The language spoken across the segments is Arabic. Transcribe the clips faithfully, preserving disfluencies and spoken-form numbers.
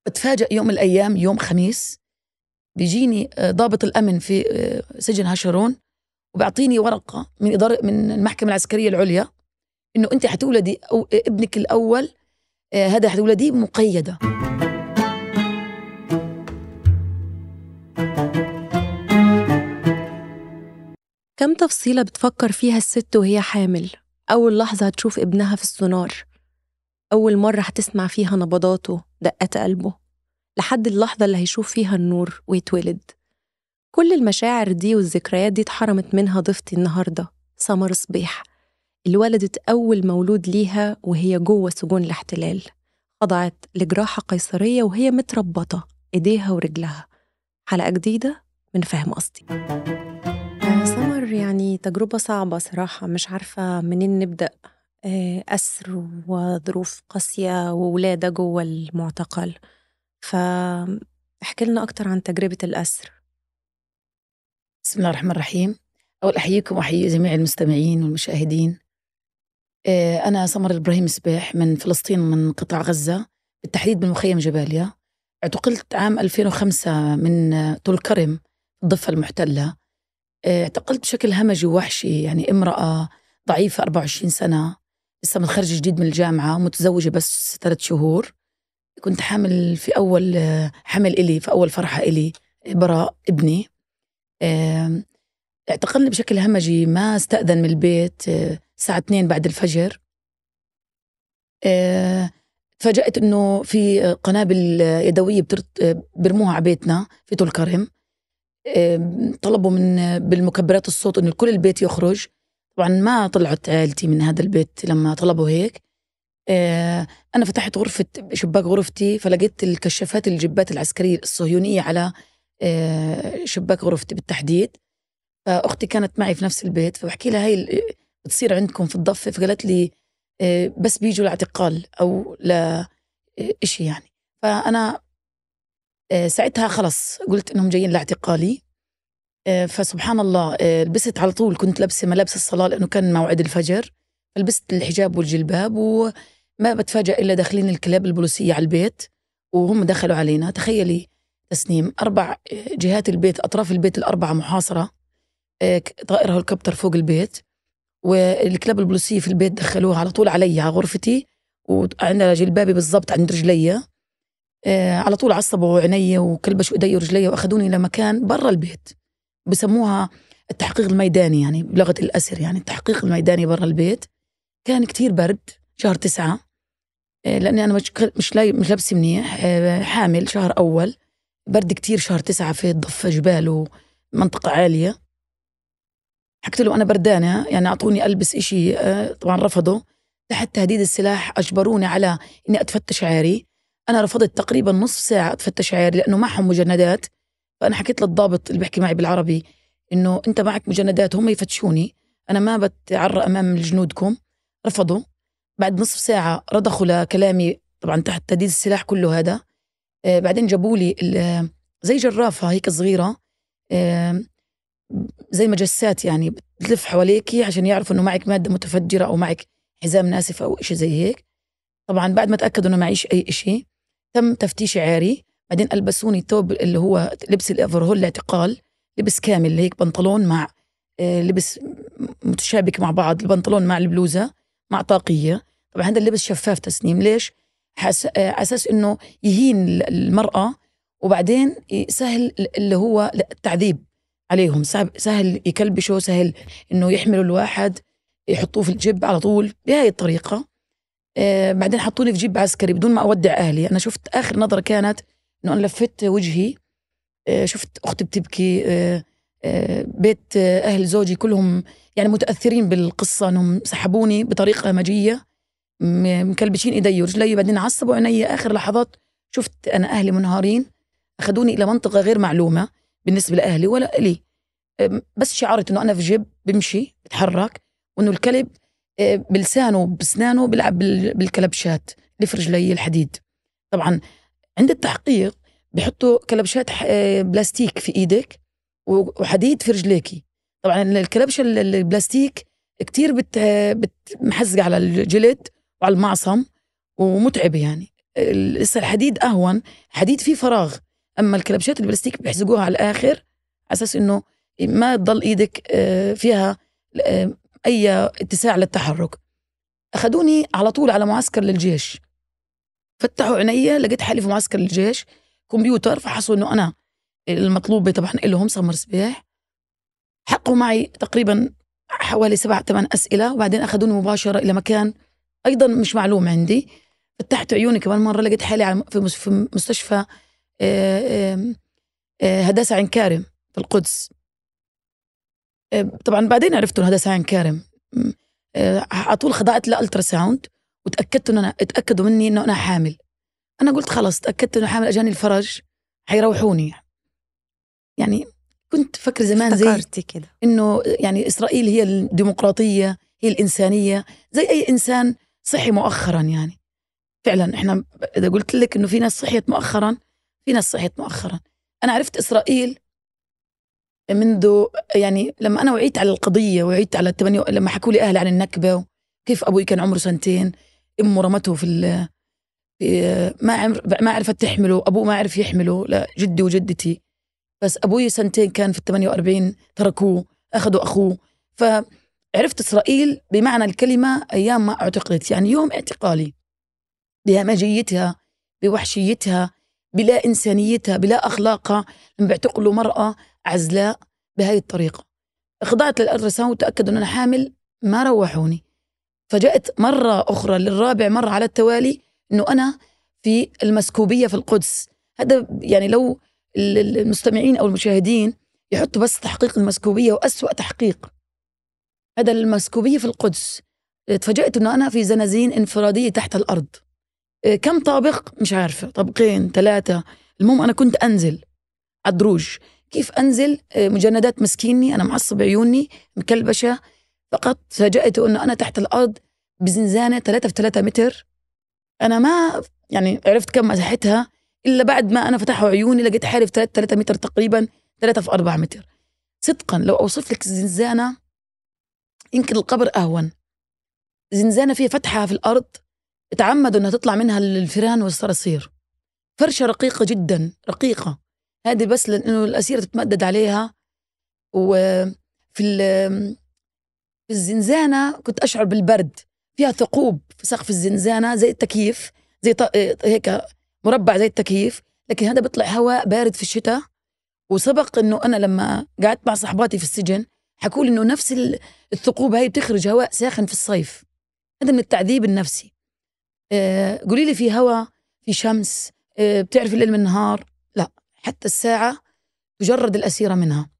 بتفاجأ يوم من الأيام يوم خميس بيجيني ضابط الأمن في سجن هاشرون وبيعطيني ورقة من إدارة من المحكمة العسكرية العليا إنه أنت حتولدي أو ابنك الأول هذا حتولديه مقيدة. كم تفصيلة بتفكر فيها الست وهي حامل؟ أول لحظة هتشوف ابنها في السونار، أول مرة هتسمع فيها نبضاته دقات قلبه، لحد اللحظة اللي هيشوف فيها النور ويتولد. كل المشاعر دي والذكريات دي اتحرمت منها ضيفتي النهاردة سمر صبيح، اللي ولدت أول مولود ليها وهي جوه سجون الاحتلال، خضعت لجراحة قيصرية وهي متربطة إيديها ورجلها. حلقة جديدة من فهم قصدي. سمر، يعني تجربة صعبة صراحة، مش عارفة منين نبدأ. أسر وظروف قاسية وولادة جوه المعتقل، فاحكي لنا أكتر عن تجربة الأسر. بسم الله الرحمن الرحيم. أول أحييكم وأحيي جميع المستمعين والمشاهدين. أنا سمر إبراهيم صبيح من فلسطين، من قطاع غزة، بالتحديد من مخيم جباليا. اعتقلت عام ألفين وخمسة من طول كرم، الضفة المحتلة. اعتقلت بشكل همجي ووحشي، يعني امرأة ضعيفة أربعة وعشرين سنة، لسه متخرجة جديد من الجامعة، متزوجة بس ثلاث شهور. كنت حامل في أول حمل إلي، في أول فرحة إلي براء ابني. اعتقلني بشكل همجي، ما استأذن من البيت. الساعة اثنين بعد الفجر فاجأت إنه في قنابل يدوية برموها على بيتنا في طول كرم. طلبوا من بالمكبرات الصوت إنه كل البيت يخرج. طبعا ما طلعت عائلتي من هذا البيت لما طلبوا هيك. أنا فتحت غرفة شباك غرفتي، فلقيت الكشافات الجبات العسكرية الصهيونية على شباك غرفتي بالتحديد. فأختي كانت معي في نفس البيت، فبحكي لها هاي بتصير عندكم في الضفة؟ فقالت لي بس بيجوا لاعتقال أو لا إشي يعني. فأنا ساعتها خلص قلت إنهم جايين لاعتقالي. فسبحان الله لبست على طول، كنت لابسة ملابس الصلاة لأنه كان موعد الفجر، فلبست الحجاب والجلباب، وما بتفاجأ إلا داخلين الكلاب البوليسية على البيت وهم دخلوا علينا. تخيلي تسنيم، أربع جهات البيت، أطراف البيت الأربعة محاصرة، طائرة هليكوبتر فوق البيت، والكلاب البوليسية في البيت دخلوها على طول علي على غرفتي، وعندنا جلبابي بالضبط عند رجلي. على طول عصبوا عيني وكلبشوا إيدي ورجلي وأخذوني إلى مكان برا البيت، بسموها التحقيق الميداني، يعني بلغة الأسر، يعني التحقيق الميداني برا البيت. كان كتير برد، شهر تسعة، لأني أنا مش مش مش لابسة منيح، حامل شهر أول، برد كتير شهر تسعة في الضفة، جبال ومنطقة عالية. حكيت له أنا بردانة، يعني أعطوني ألبس إشي، طبعا رفضوا. تحت تهديد السلاح أجبروني على إني أتفتش عاري. أنا رفضت تقريبا نصف ساعة أتفتش عاري لأنه معهم مجندات. فأنا حكيت للضابط اللي بيحكي معي بالعربي إنه أنت معك مجندات، هم يفتشوني، أنا ما بتعرى أمام جنودكم. رفضوا. بعد نصف ساعة رضخوا لكلامي، طبعا تحت تهديد السلاح كله هذا. آه بعدين جابولي زي جرافة هيك صغيرة، آه زي مجسات يعني بتلف حواليكي عشان يعرفوا إنه معك مادة متفجرة أو معك حزام ناسف أو إشي زي هيك. طبعا بعد ما تأكدوا إنه معيش أي إشي، تم تفتيش عاري. بعدين ألبسوني توب اللي هو لبس الأفرهول الاعتقال، لبس كامل هيك، بنطلون مع آه لبس متشابك مع بعض، البنطلون مع البلوزة مع طاقية. طبعا هذا اللبس شفاف تسنيم، ليش؟ حس... آه أساس إنه يهين المرأة، وبعدين سهل اللي هو التعذيب عليهم، سهل يكلبشوا، سهل إنه يحملوا الواحد يحطوه في الجيب على طول بهاي الطريقة. آه بعدين حطوني في جيب عسكري بدون ما أودع أهلي. أنا شفت آخر نظرة كانت إنه أنا لفت وجهي، آه شفت أختي بتبكي، آه آه بيت آه أهل زوجي كلهم يعني متأثرين بالقصة، إنهم سحبوني بطريقة همجية، مكلبشين إيدي ورجلي، بعدين عصبوا عيني. آخر لحظات شفت أنا أهلي منهارين، أخذوني إلى منطقة غير معلومة بالنسبة لأهلي ولا إلي، بس شعرت إنه أنا في جيب بمشي بتحرك، وإنه الكلب بلسانه بسنانه بيلعب بالكلبشات اللي في رجلي الحديد. طبعا عند التحقيق بيحطوا كلبشات بلاستيك في إيدك وحديد في رجليكي. طبعا الكلبشة البلاستيك كتير بتمحزق على الجلد وعلى المعصم ومتعب يعني. لسه الحديد أهون، حديد فيه فراغ، أما الكلبشات البلاستيك بيحزقوها على الآخر على أساس إنه ما تضل إيدك فيها أي اتساع للتحرك. أخدوني على طول على معسكر للجيش، فتحوا عيني لقيت حالي في معسكر للجيش، كمبيوتر، فحسوا إنه أنا المطلوبة طبعا لهم سمر سباح. حقوا معي تقريبا حوالي سبع ثمان أسئلة، وبعدين أخذوني مباشرة إلى مكان أيضا مش معلوم عندي. فتحت عيوني كمان مرة لقيت حالي في مستشفى هداسة عين كارم في القدس. طبعا بعدين عرفت إنه هداسة عين كارم. على طول خضعت لألترا ساوند وتأكدت إنه أنا اتأكدوا مني إنه أنا حامل. أنا قلت خلاص تأكدت إنه حامل، أجاني الفرج حيروحوني. يعني كنت فكر زمان زي كده إنه يعني إسرائيل هي الديمقراطية، هي الإنسانية، زي أي إنسان صحي مؤخرا. يعني فعلا إحنا إذا قلت لك إنه في ناس صحيت مؤخرا، في ناس صحيت مؤخرا. أنا عرفت إسرائيل منذ يعني لما أنا وعيت على القضية، وعيت على التمانية، لما حكوا لي أهلي عن النكبة وكيف أبوي كان عمره سنتين، أمه رمته في, في ما عمر ما عرفت تحمله، أبوه ما عرف يحمله، لا جدي وجدتي، بس أبوي سنتين كان في الثمانية وأربعين تركوه، أخذوا أخوه. فعرفت إسرائيل بمعنى الكلمة أيام ما اعتقلت، يعني يوم اعتقالي، بهمجيتها، بوحشيتها، بلا إنسانيتها، بلا أخلاقها، لما بيعتقلوا مرأة عزلاء بهاي الطريقة. خضعت للألتراساوند وتأكدوا أن أنا حامل، ما روحوني. فجأت مرة أخرى للرابع مرة على التوالي أنه أنا في المسكوبية في القدس. هذا يعني لو المستمعين أو المشاهدين يحطوا بس تحقيق المسكوبية، وأسوأ تحقيق هذا المسكوبية في القدس. تفاجأت أنه أنا في زنازين انفرادية تحت الأرض. كم طابق مش عارفة، طابقين ثلاثة، المهم أنا كنت أنزل على الدروج. كيف أنزل؟ مجندات مسكيني، أنا معصب عيوني مكلبشة. فقط تفاجأت أنه أنا تحت الأرض بزنزانة ثلاثة في ثلاثة متر. أنا ما يعني عرفت كم مساحتها إلا بعد ما أنا فتحوا عيوني لقيت حالي في ثلاثة ثلاثة متر تقريبا، ثلاثة في أربعة متر. صدقا لو أوصف لك الزنزانة يمكن القبر أهون. زنزانة فيها فتحة في الأرض تعمدوا أنها تطلع منها الفيران والصراصير، فرشة رقيقة جدا، رقيقة. هذه بس لأنه الأسيرة تتمدد عليها. وفي في الزنزانة كنت أشعر بالبرد، فيها ثقوب في سقف الزنزانة زي التكييف، زي ط... هيك مربع زي التكييف، لكن هذا بيطلع هواء بارد في الشتاء. وسبق إنه أنا لما قعدت مع صحباتي في السجن حكوا لي إنه نفس الثقوب هاي بتخرج هواء ساخن في الصيف. هذا من التعذيب النفسي. آه قولي لي في هواء، في شمس، آه بتعرفي الليل من النهار؟ لا، حتى الساعة تجرد الأسيرة منها.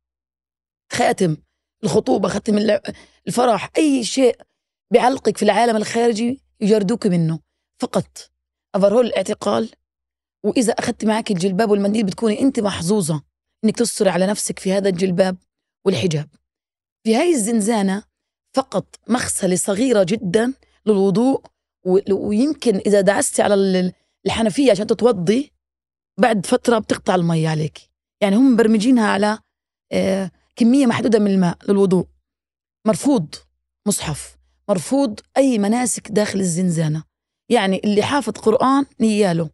خاتم الخطوبة، ختم الفرح، أي شيء بعلقك في العالم الخارجي يجردوك منه. فقط أفرهول الاعتقال، وإذا أخذت معك الجلباب والمنديل بتكوني أنت محظوظة إنك تصري على نفسك في هذا الجلباب والحجاب. في هاي الزنزانة فقط مغسلة صغيرة جدا للوضوء، ويمكن إذا دعستي على الحنفية عشان تتوضي بعد فترة بتقطع المية عليك. يعني هم برمجينها على آه كمية محدودة من الماء للوضوء. مرفوض مصحف، مرفوض أي مناسك داخل الزنزانة. يعني اللي حافظ قرآن نياله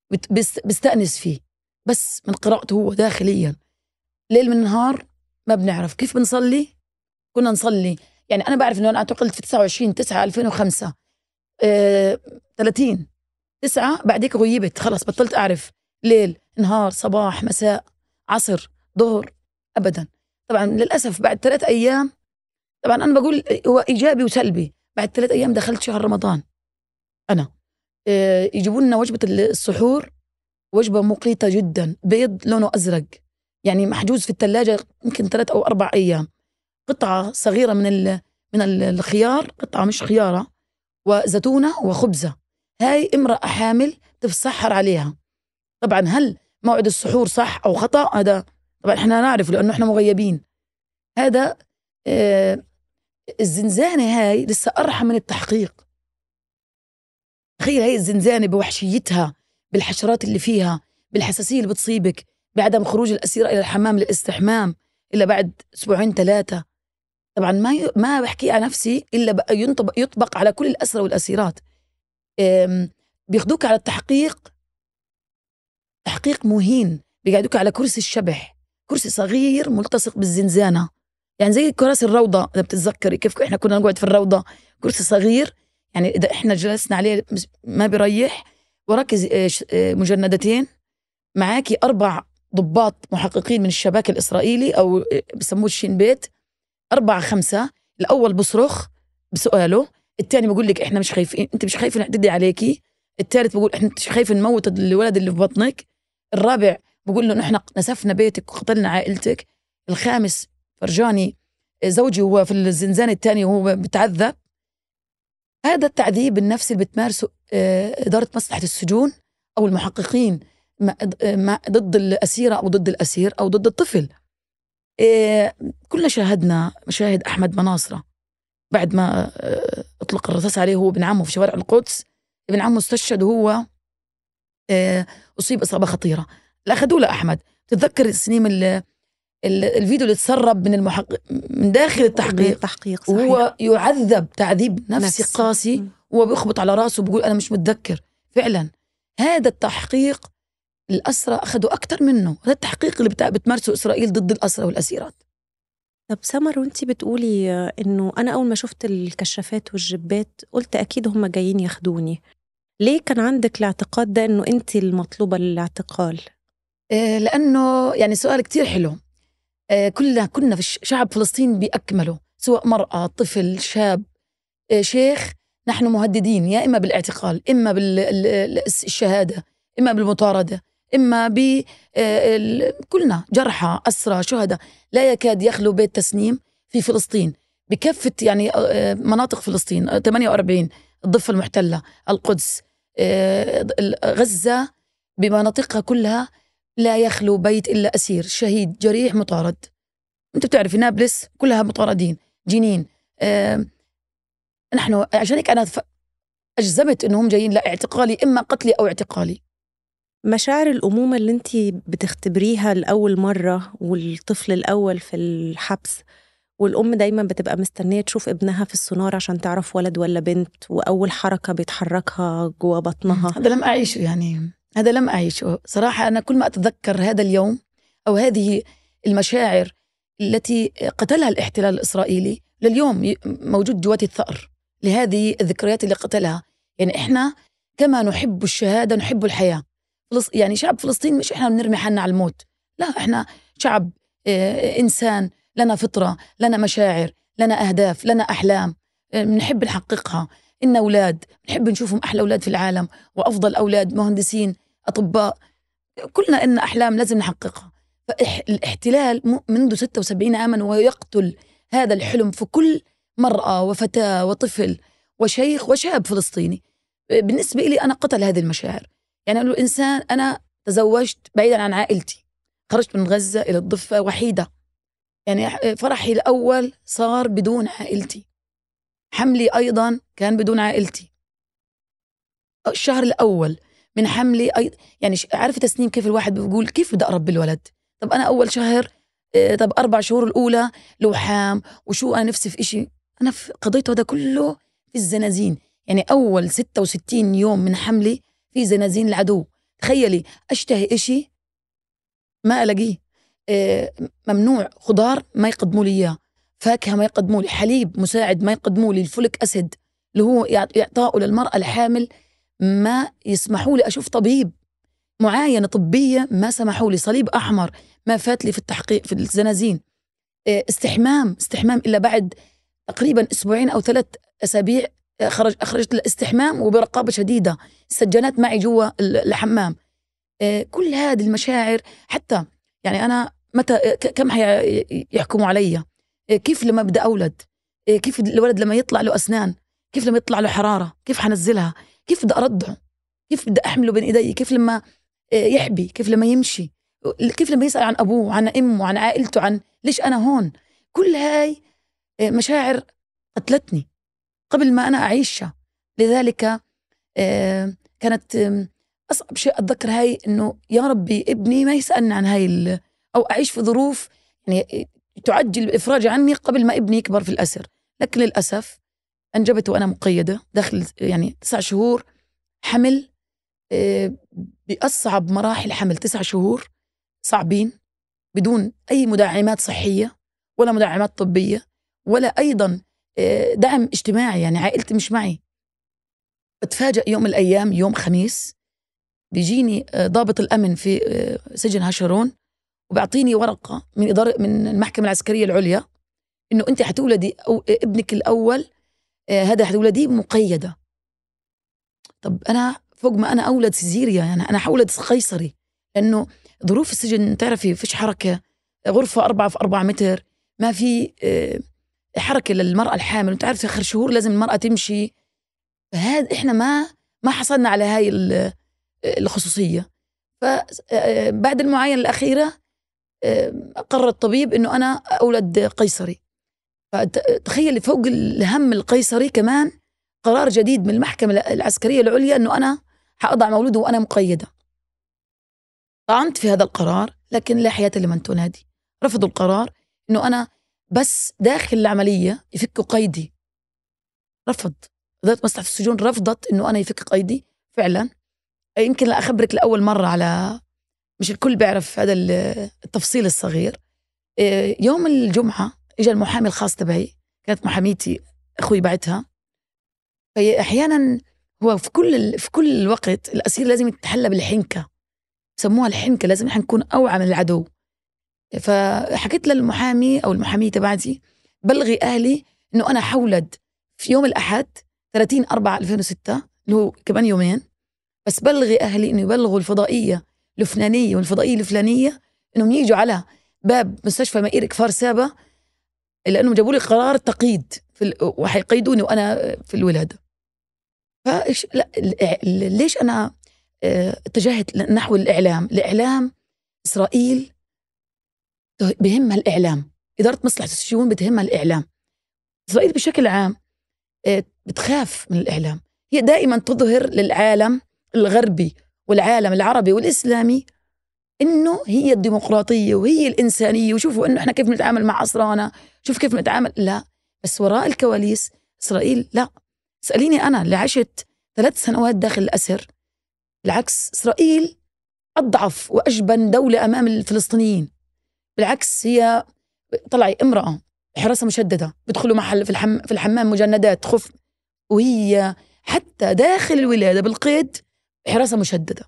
بيستأنس فيه بس من قراءته هو داخليا. ليل من نهار ما بنعرف كيف بنصلي. كنا نصلي، يعني أنا بعرف أنه أنا اعتقلت في تسعة وعشرين تسعة ألفين وخمسة، آه، ثلاثين تسعة بعديك غيبت، خلاص بطلت أعرف ليل نهار صباح مساء عصر ظهر أبدا. طبعا للأسف بعد ثلاث أيام، طبعا أنا بقول هو إيجابي وسلبي، بعد ثلاث أيام دخلت شهر رمضان. أنا آه، يجيبوا لنا وجبة السحور، وجبة مقيتة جدا، بيض لونه أزرق يعني محجوز في الثلاجة يمكن ثلاث أو أربع أيام، قطعة صغيرة من ال من الخيار، قطعة مش خيارة، وزيتونة وخبزة. هاي امرأة حامل تفسحر عليها. طبعا هل موعد السحور صح أو خطأ؟ هذا طبعا احنا نعرف لأنه احنا مغيبين. هذا آه الزنزانة هاي لسه أرحم من التحقيق. تخيل هاي الزنزانة بوحشيتها، بالحشرات اللي فيها، بالحساسية اللي بتصيبك، بعدم خروج الأسيرة إلى الحمام للاستحمام إلا بعد أسبوعين ثلاثة. طبعا ما ي... ما بحكي على نفسي إلا بقى ينطبق يطبق على كل الأسرى والأسيرات. بياخدوك على التحقيق، تحقيق مهين، بيقعدوك على كرسي الشبح، كرسي صغير ملتصق بالزنزانة، يعني زي كراسي الروضة. إذا بتتذكري كيف إحنا كنا نقعد في الروضة، كرسي صغير، يعني إذا إحنا جلسنا عليه ما بيريح. وراكي مجندتين، معاكي أربع ضباط محققين من الشباك الإسرائيلي أو بسموه الشين بيت، أربعة خمسة. الأول بصرخ بسؤاله، الثاني بيقول لك إحنا مش خايفين، أنت مش خايفين نعتدي عليكي، الثالث بيقول إحنا مش خايفين نموت الولد اللي في بطنك، الرابع بقول له نحن نسفنا بيتك وقتلنا عائلتك، الخامس فرجاني زوجي هو في الزنزانة الثاني وهو بتعذب. هذا التعذيب النفسي اللي بتمارسه إدارة مصلحة السجون أو المحققين ضد الأسيرة أو ضد الأسير أو ضد الطفل. كلنا شاهدنا مشاهد أحمد مناصرة بعد ما أطلق الرصاص عليه هو ابن عمه في شوارع القدس، ابن عمه استشهد وهو أصيب إصابة خطيرة. أخذوا له أحمد. تتذكر السنين ال الفيديو اللي تسرب من المحقق من داخل التحقيق, التحقيق وهو يعذب تعذيب نفسي نفس. قاسي، وهو بيخبط على راسه وبيقول أنا مش متذكر. فعلا هذا التحقيق الأسرى أخذوا أكتر منه، هذا التحقيق اللي بتمارسه إسرائيل ضد الأسرى والأسيرات. طب سمر، وانتي بتقولي إنه أنا أول ما شفت الكشافات والجبات قلت أكيد هم جايين ياخدوني، ليه كان عندك الاعتقاد ده إنه أنتي المطلوبة للاعتقال؟ إيه، لأنه يعني سؤال كتير حلو. إيه، كلنا كنا في شعب فلسطين بأكمله، سواء مرأة، طفل، شاب، إيه، شيخ، نحن مهددين يا إما بالاعتقال، إما بالشهادة، إما بالمطاردة، إما ب كلنا جرحى، أسرى، شهداء. لا يكاد يخلو بيت تسنيم في فلسطين بكافة يعني مناطق فلسطين، ثمانية وأربعين، الضفة المحتلة، القدس، غزة بمناطقها كلها، لا يخلو بيت إلا أسير، شهيد، جريح، مطارد. أنت بتعرفي نابلس كلها مطاردين، جنين. نحن عشان هيك أنا أجزمت إنهم جايين لاعتقالي، إما قتلي أو اعتقالي. مشاعر الأمومة اللي انتي بتختبريها لأول مرة، والطفل الأول في الحبس، والأم دايما بتبقى مستنية تشوف ابنها في السونار عشان تعرف ولد ولا بنت، وأول حركة بيتحركها جوا بطنها. هذا لم أعيشه، يعني هذا لم أعيشه صراحة. أنا كل ما أتذكر هذا اليوم أو هذه المشاعر التي قتلها الاحتلال الإسرائيلي لليوم موجود جواتي الثأر لهذه الذكريات اللي قتلها. يعني إحنا كما نحب الشهادة نحب الحياة. يعني شعب فلسطين مش إحنا بنرمي حالنا على الموت، لا، إحنا شعب إنسان، لنا فطرة، لنا مشاعر، لنا أهداف، لنا أحلام بنحب نحققها. إن أولاد بنحب نشوفهم أحلى أولاد في العالم، وأفضل أولاد، مهندسين، أطباء، كلنا إن أحلام لازم نحققها. فالاحتلال منذ ستة وسبعين عاما ويقتل هذا الحلم في كل مرأة وفتاة وطفل وشيخ وشاب فلسطيني. بالنسبة لي أنا قتل هذه المشاعر. يعني أقول الإنسان أنا تزوجت بعيدا عن عائلتي، خرجت من غزة إلى الضفة وحيدة، يعني فرحي الأول صار بدون عائلتي، حملي أيضا كان بدون عائلتي، الشهر الأول من حملي أيضا. يعني عارفة تسنيم كيف الواحد بيقول كيف بدأ أربي الولد؟ طب أنا أول شهر، طب أربع شهور الأولى لوحام، وشو أنا نفسي في إشي، أنا قضيت هذا كله في الزنازين. يعني أول ستة وستين يوم من حملي في زنازين العدو. تخيلي أشتهي إشي ما ألاقيه، ممنوع خضار ما يقدموا لي إياه، فاكهة ما يقدموا لي، حليب مساعد ما يقدموا لي، الفوليك أسيد اللي هو يعطاءه للمرأة الحامل ما يسمحوا لي أشوف طبيب، معاينة طبية ما سمحوا لي، صليب أحمر ما فات لي في التحقيق في الزنازين، استحمام استحمام إلا بعد تقريبا أسبوعين أو ثلاث أسابيع خرج أخرجت الاستحمام وبرقابة شديدة، السجانات معي جوا الحمام. كل هذه المشاعر، حتى يعني أنا متى كم يحكموا علي، كيف لما بدأ أولد، كيف الولد لما يطلع له أسنان، كيف لما يطلع له حرارة، كيف حنزلها، كيف بدأ أرضعه، كيف بدأ أحمله بين إيدي، كيف لما يحبي، كيف لما يمشي، كيف لما يسأل عن أبوه، عن أمه، عن عائلته، عن ليش أنا هون. كل هاي مشاعر قتلتني قبل ما أنا أعيشها. لذلك كانت أصعب شيء أتذكر هاي إنه يا ربي ابني ما يسألني عن هاي، أو أعيش في ظروف يعني تعجل الإفراج عني قبل ما ابني يكبر في الأسر. لكن للأسف أنجبت وأنا مقيدة داخل يعني تسع شهور حمل بأصعب مراحل حمل تسع شهور صعبين بدون أي مدعمات صحية ولا مدعمات طبية ولا أيضا دعم اجتماعي، يعني عائلتي مش معي. بتفاجأ يوم من الأيام، يوم خميس، بيجيني ضابط الأمن في سجن هاشرون وبيعطيني ورقة من إدارة من المحكمة العسكرية العليا إنه أنت حتولدي أو ابنك الأول هذا حتولديه مقيدة. طب أنا فوق ما أنا أولد سيزيريا، يعني أنا حولد قيصري، لأنه ظروف السجن تعرفي فيش حركة، غرفة أربعة في أربعة متر، ما في حركة للمرأة الحامل، وتعرفي آخر شهور لازم المرأة تمشي. فهذا إحنا ما ما حصلنا على هاي الخصوصية. فبعد المعاينة الأخيرة قرر الطبيب إنه أنا أولد قيصري. فتخيلي فوق الهم القيصري كمان قرار جديد من المحكمة العسكرية العليا إنه أنا حأضع مولوده وأنا مقيدة. طعنت في هذا القرار، لكن لا حياة لمن تنادي. رفضوا القرار إنه أنا بس داخل العملية يفكوا قيدي. رفض إدارة مصلحة السجون، رفضت إنه أنا يفك قيدي فعلا. يمكن لا أخبرك لأول مرة، على مش الكل بيعرف هذا التفصيل الصغير. يوم الجمعة إجا المحامي الخاص تبعي، كانت محاميتي أخوي بعتها. فأحيانا هو في كل في كل وقت الأسير لازم يتحلى بالحنكة، سموها الحنكة، لازم نحن نكون أوعى من العدو. فحكيت للمحامي أو المحامية تبعتي بلغي أهلي إنه أنا حولد في يوم الأحد ثلاثين أربعة ألفين وستة اللي هو كمان يومين، بس بلغي أهلي إنه يبلغوا الفضائية الفلانية والفضائية الفلانية إنهم ييجوا على باب مستشفى مائير كفار سابا، لأنهم جابوا لي قرار تقييد في ال... وحيقيدوني وأنا في الولادة. فإيش لا ليش أنا اتجهت نحو الإعلام؟ الإعلام إسرائيل بهمها الإعلام، إدارة مصلحة السجون بتهمها الإعلام. إسرائيل بشكل عام بتخاف من الإعلام، هي دائما تظهر للعالم الغربي والعالم العربي والإسلامي إنه هي الديمقراطية وهي الإنسانية، وشوفوا إنه إحنا كيف نتعامل مع أسرانا، شوف كيف نتعامل. لا، بس وراء الكواليس إسرائيل لا. سأليني أنا اللي عشت ثلاث سنوات داخل الأسر، بالعكس إسرائيل أضعف وأجبن دولة أمام الفلسطينيين. بالعكس هي طلعي امرأة حراسة مشددة، بدخلوا محل في, الحم في الحمام مجندات خف، وهي حتى داخل الولادة بالقيد حراسة مشددة.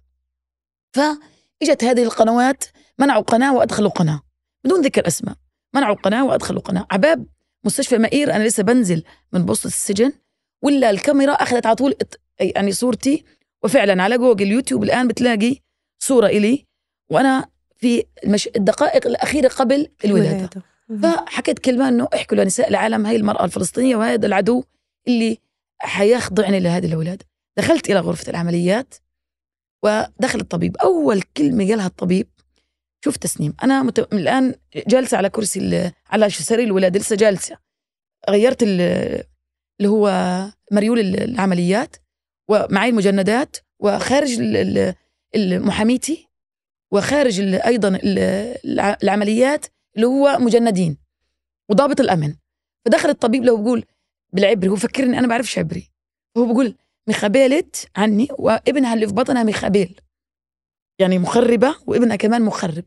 فإجت هذه القنوات منعوا قناة وأدخلوا قناة بدون ذكر أسماء، منعوا قناة وأدخلوا قناة. عباب مستشفى مائير أنا لسه بنزل من بوسط السجن، ولا الكاميرا أخذت على طول يعني صورتي، وفعلا على جوجل يوتيوب الآن بتلاقي صورة إلي وأنا في المش... الدقائق الأخيرة قبل الولادة. فحكيت كلمة إنه احكوا لنساء العالم هاي المرأة الفلسطينية وهذا العدو اللي حيخضعني لهذه الولادة. دخلت إلى غرفة العمليات ودخل الطبيب، أول كلمة قالها الطبيب شوف تسنيم، أنا مت... الآن جالسة على كرسي ال... على سرير الولادة، لسه جالسة، غيرت ال... اللي هو مريول العمليات ومعي المجندات، وخارج المحاميتي وخارج أيضا العمليات اللي هو مجندين وضابط الأمن. فدخل الطبيب له بقول بالعبري، هو فكرني أنا بعرفش عبري، هو بقول مخابلت عني وابنها اللي في بطنها مخابل، يعني مخربة وابنها كمان مخرب.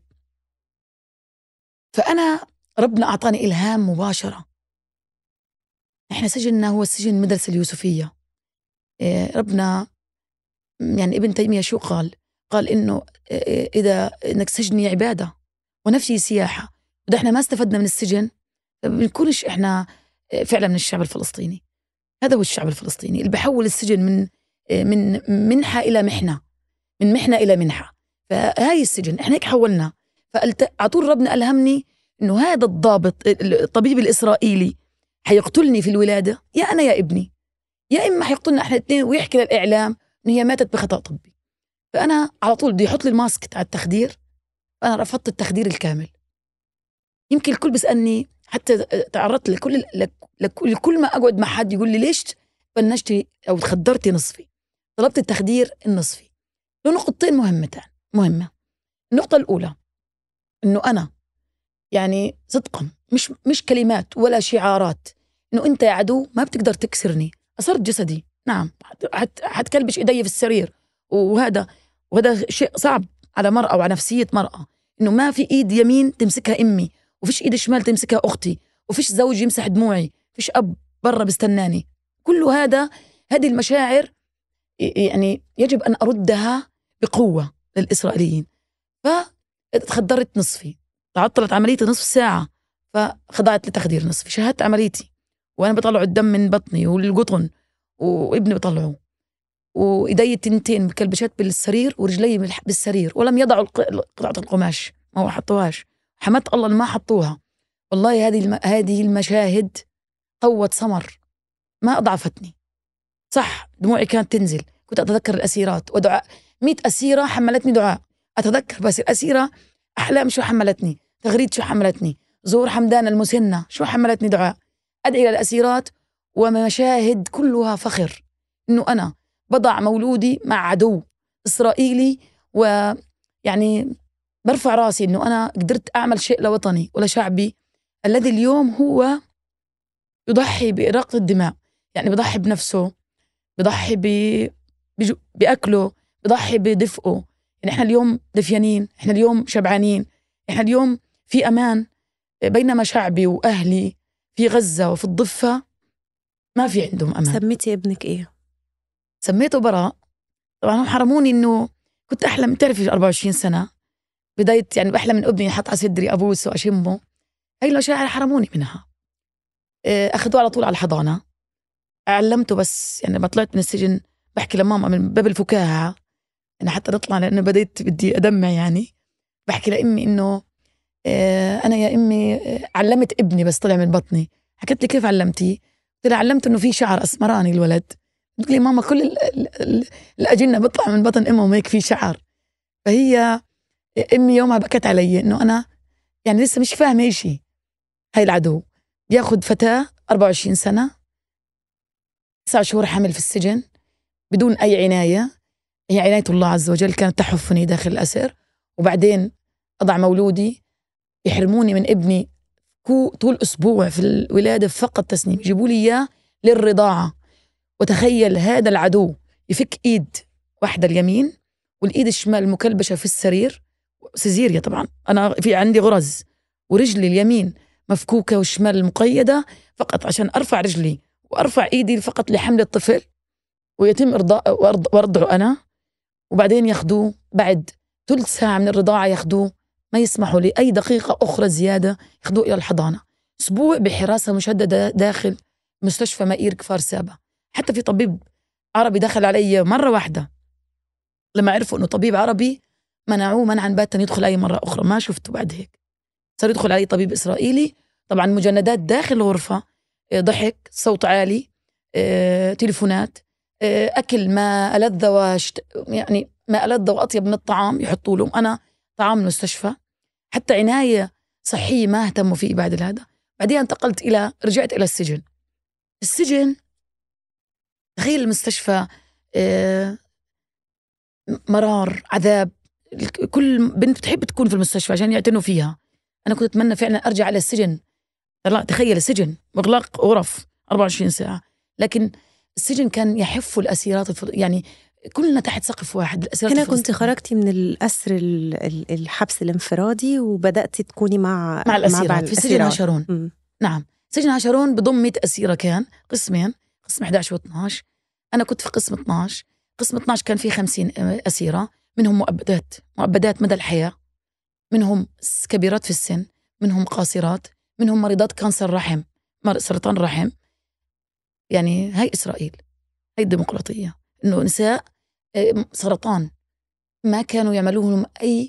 فأنا ربنا أعطاني إلهام مباشرة. إحنا سجننا هو السجن مدرسة اليوسفية. ربنا يعني ابن تيمية شو قال؟ قال إنه إذا إنك سجني عبادة ونفسي سياحة، وده إحنا ما استفدنا من السجن بنكونش إحنا فعلا من الشعب الفلسطيني. هذا هو الشعب الفلسطيني اللي بحول السجن من من منحة إلى محنة، من محنة إلى منحة. فهاي السجن إحنا هيك حولنا. فعطول ربنا ألهمني إنه هذا الضابط الطبيب الإسرائيلي حيقتلني في الولادة، يا أنا يا ابني، يا إما حيقتلنا إحنا الاثنين ويحكي للإعلام إن هي ماتت بخطأ طبي. فأنا على طول بده يحط لي الماسك على التخدير، فأنا رفضت التخدير الكامل. يمكن الكل بيسألني، حتى تعرضت لكل لكل ما أقعد مع حد يقول لي ليش بنشتي أو تخدرتي نصفي. طلبت التخدير النصفي له نقطتين مهمتان مهمة. النقطة الأولى إنه أنا يعني صدقا مش مش كلمات ولا شعارات إنه أنت يا عدو ما بتقدر تكسرني. أصرت جسدي، نعم، حتكلبش إيدي في السرير وهذا وهذا شيء صعب على مرأة وعلى نفسية مرأة، إنه ما في إيد يمين تمسكها أمي، وفيش إيد شمال تمسكها أختي، وفيش زوج يمسح دموعي، فيش أب برا بستناني. كل هذا هذه المشاعر يعني يجب أن أردها بقوة للإسرائيليين. فتخدرت نصفي، تعطلت عمليتي نصف ساعة، فخضعت لتخدير نصفي. شاهدت عمليتي وأنا بطلع الدم من بطني والقطن، وابني بطلعه، وإيدي التنتين مكلبشات بالسرير ورجلي بالسرير، ولم يضعوا قطعة القماش، ما حطوهاش. حمدت الله ما حطوها. والله هذه الم... هذه المشاهد قوة سمر ما أضعفتني. صح دموعي كانت تنزل، كنت أتذكر الأسيرات ودعاء. مئة أسيرة حملتني دعاء، أتذكر بس الأسيرة أحلام شو حملتني، تغريد شو حملتني، زور حمدان المسنة شو حملتني دعاء. أدعي للأسيرات ومشاهد كلها فخر إنه أنا بضع مولودي مع عدو إسرائيلي، ويعني برفع راسي إنه أنا قدرت أعمل شيء لوطني ولشعبي الذي اليوم هو يضحي بإراقة الدماء. يعني بضحي بنفسه، بضحي بجو... بأكله، بضحي بدفئه. يعني إحنا اليوم دفيانين، إحنا اليوم شبعانين، إحنا اليوم في أمان، بينما شعبي وأهلي في غزة وفي الضفة ما في عندهم أمان. سميتي ابنك إيه؟ سميته براء. طبعا هم حرموني إنه كنت أحلم، تعرفي أربعة وعشرين سنة بداية يعني بحلم من ابني يحط على صدري أبوسه وأشمه. هاي المشاعر حرموني منها. أخذوه على طول على الحضانة. علمته بس يعني لما طلعت من السجن بحكي لماما من باب الفكاهة، أنا حتى نطلع لأنه بديت بدي أدمع يعني. بحكي لأمي إنه أنا يا أمي علمت ابني بس طلع من بطني. حكيت لي كيف علمتي؟ قلت لها علمته إنه في شعر أسمراني الولد. قلت لي ماما كل ال ال ال الأجنة بطلع من بطن أمهم هيك في شعر. فهي أمي يومها بكت علي إنه أنا يعني لسه مش فاهمة إشي. هاي العدو بياخد فتاة أربعة وعشرين سنة تسعة شهور حمل في السجن بدون أي عناية، هي عناية الله عز وجل كانت تحفني داخل الأسر. وبعدين أضع مولودي، يحرموني من ابني طول أسبوع في الولادة فقط تسنيم، يجيبوا لي إياه للرضاعة. وتخيل هذا العدو يفك إيد واحدة اليمين والإيد الشمال مكلبشة في السرير، سيزيريا طبعا أنا في عندي غرز، ورجلي اليمين مفكوكة والشمال مقيدة فقط عشان أرفع رجلي وأرفع إيدي فقط لحمل الطفل ويتم إرضاء وأرضعه أنا. وبعدين ياخدوه بعد ثلث ساعة من الرضاعة، ياخدوه ما يسمحوا لي أي دقيقة أخرى زيادة، ياخدوه إلى الحضانة. أسبوع بحراسة مشددة داخل مستشفى مائير كفار سابا. حتى في طبيب عربي دخل علي مرة واحدة، لما عرفوا أنه طبيب عربي منعوه منعا باتا يدخل أي مرة أخرى. ما شفته بعد هيك، صار يدخل علي طبيب إسرائيلي. طبعا مجندات داخل الغرفة، ضحك، صوت عالي، اه، تليفونات، اه، أكل ما ألذ وشت يعني ما ألذ وأطيب من الطعام يحطوا لهم. أنا طعام المستشفى، حتى عناية صحية ما اهتموا فيه بعد هذا. بعدين انتقلت إلى رجعت إلى السجن. السجن تخيل المستشفى اه مرار، عذاب. كل بنت بتحب تكون في المستشفى عشان يعتنوا فيها. أنا كنت أتمنى فعلا أرجع على السجن. لا تخيل السجن مغلق غرف أربعة وعشرين ساعة، لكن السجن كان يحف الأسيرات الفض... يعني كلنا تحت سقف واحد. الأسيرات هنا كنت خرجتي من الأسر الحبس الانفرادي وبدأتي تكوني مع مع الأسيرات مع في سجن هاشرون. م. نعم، سجن هاشرون بضم مئة أسيرة، كان قسمين، قسم إحدى عشر واثني عشر. أنا كنت في قسم اثني عشر. قسم اثني عشر كان فيه خمسين أسيرة، منهم مؤبدات مؤبدات مدى الحياة، منهم كبيرات في السن، منهم قاصرات، منهم مريضات كانسر رحم، سرطان رحم. يعني هاي إسرائيل، هاي الديمقراطية، إنه نساء سرطان ما كانوا يعملوا لهم أي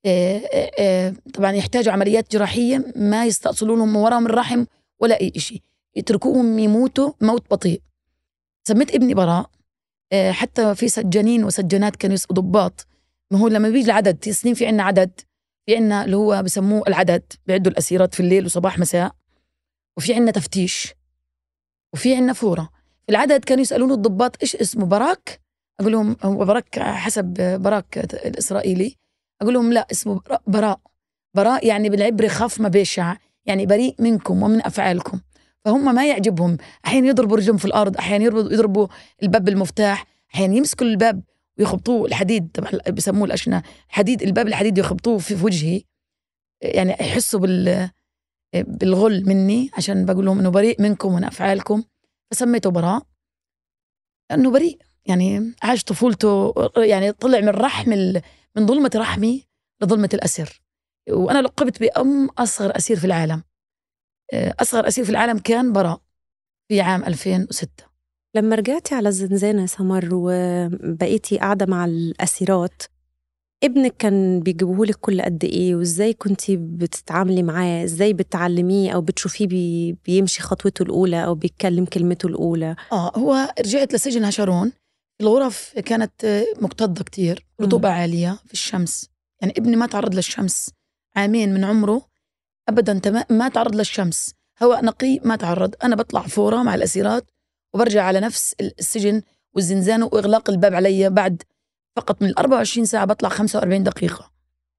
طبعا يحتاجوا عمليات جراحية، ما يستأصلونهم من وراهم الرحم ولا أي شيء، يتركوهم يموتوا موت بطيء. سميت ابني براء. حتى في سجانين وسجانات كانوا يسقوا ضباط. ما هو لما بيجي العدد تسنين، في عنا عدد، في عنا اللي هو بسموه العدد، بيعدوا الأسيرات في الليل وصباح مساء، وفي عنا تفتيش، وفي عنا فورة. في العدد كانوا يسألون الضباط إيش اسمه، براك؟ أقول لهم هو براك حسب براك الإسرائيلي. أقول لهم لا، اسمه براء. براء يعني بالعبري خاف ما بيشع، يعني بريء منكم ومن أفعالكم. فهم ما يعجبهم، أحيانا يضربوا رجلهم في الأرض، أحيانا يضربوا الباب بالمفتاح، أحيانا يمسكوا الباب ويخبطوه الحديد تبع بسموه الأشنة حديد، الباب الحديد يخبطوه في وجهي، يعني يحسوا بال بالغل مني عشان بقول لهم إنه بريء منكم ومن أفعالكم، فسميته براء لأنه بريء، يعني عاش طفولته، يعني طلع من رحم من ظلمة رحمي لظلمة الأسر. وأنا لقبت بأم أصغر أسير في العالم. أصغر أسير في العالم كان براء في عام ألفين وستة. لما رجعتي على الزنزانة سمر وبقيتي قاعدة مع الأسيرات، ابنك كان بيجيبوهولك كل قد إيه؟ وإزاي كنتي بتتعاملي معاه؟ إزاي بتعلميه أو بتشوفيه بي بيمشي خطوته الأولى أو بيتكلم كلمته الأولى؟ آه هو رجعت لسجن هشرون، الغرف كانت مكتظة كتير، رطوبة عالية في الشمس، يعني ابني ما تعرض للشمس عامين من عمره أبداً، ما تعرض للشمس، هواء نقي ما تعرض. أنا بطلع فورة مع الأسيرات وبرجع على نفس السجن والزنزانة وإغلاق الباب علي بعد فقط من الأربع وعشرين ساعة بطلع خمسة وأربعين دقيقة.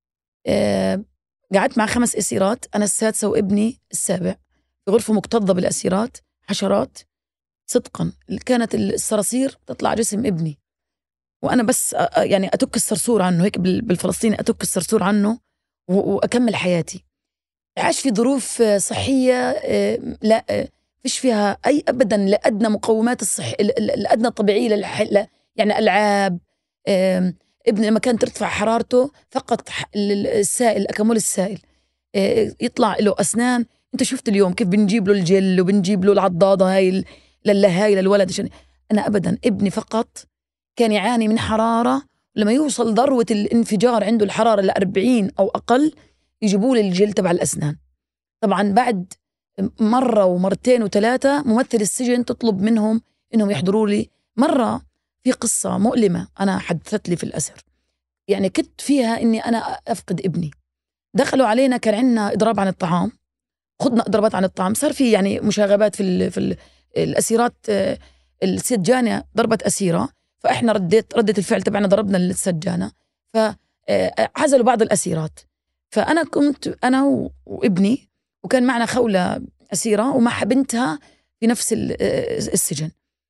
أه قعدت مع خمس أسيرات، أنا السادسة وابني السابع، في غرفة مكتظة بالأسيرات حشرات صدقاً، كانت الصراصير تطلع جسم ابني، وأنا بس يعني أتك الصرصور عنه هيك بالفلسطيني، أتك الصرصور عنه وأكمل حياتي. عاش في ظروف صحية لا فيش فيها أي أبداً لأدنى مقومات الصحة الأدنى الطبيعية للحل، يعني ألعاب. ابن لما كانت ترتفع حرارته فقط السائل أكمل السائل يطلع له أسنان. أنت شفت اليوم كيف بنجيب له الجل وبنجيب له العضاضة هاي للهاي للولد عشان أنا أبداً ابني فقط كان يعاني من حرارة، لما يوصل ذروة الانفجار عنده الحرارة لأربعين أو أقل يجيبوا لي الجل تبع الأسنان. طبعا بعد مرة ومرتين وثلاثة ممثل السجن تطلب منهم إنهم يحضروا لي. مرة في قصة مؤلمة أنا حدثت لي في الأسر، يعني كنت فيها إني أنا أفقد ابني. دخلوا علينا كان عندنا إضراب عن الطعام، خدنا إضرابات عن الطعام، صار في يعني مشاغبات في ال في ال الأسيرات. السجانة ضربت أسيرة، فإحنا رديت ردة الفعل تبعنا ضربنا السجانة، فعزلوا بعض الأسيرات. فأنا كنت أنا وابني وكان معنا خولة أسيرة ومع بنتها في نفس السجن،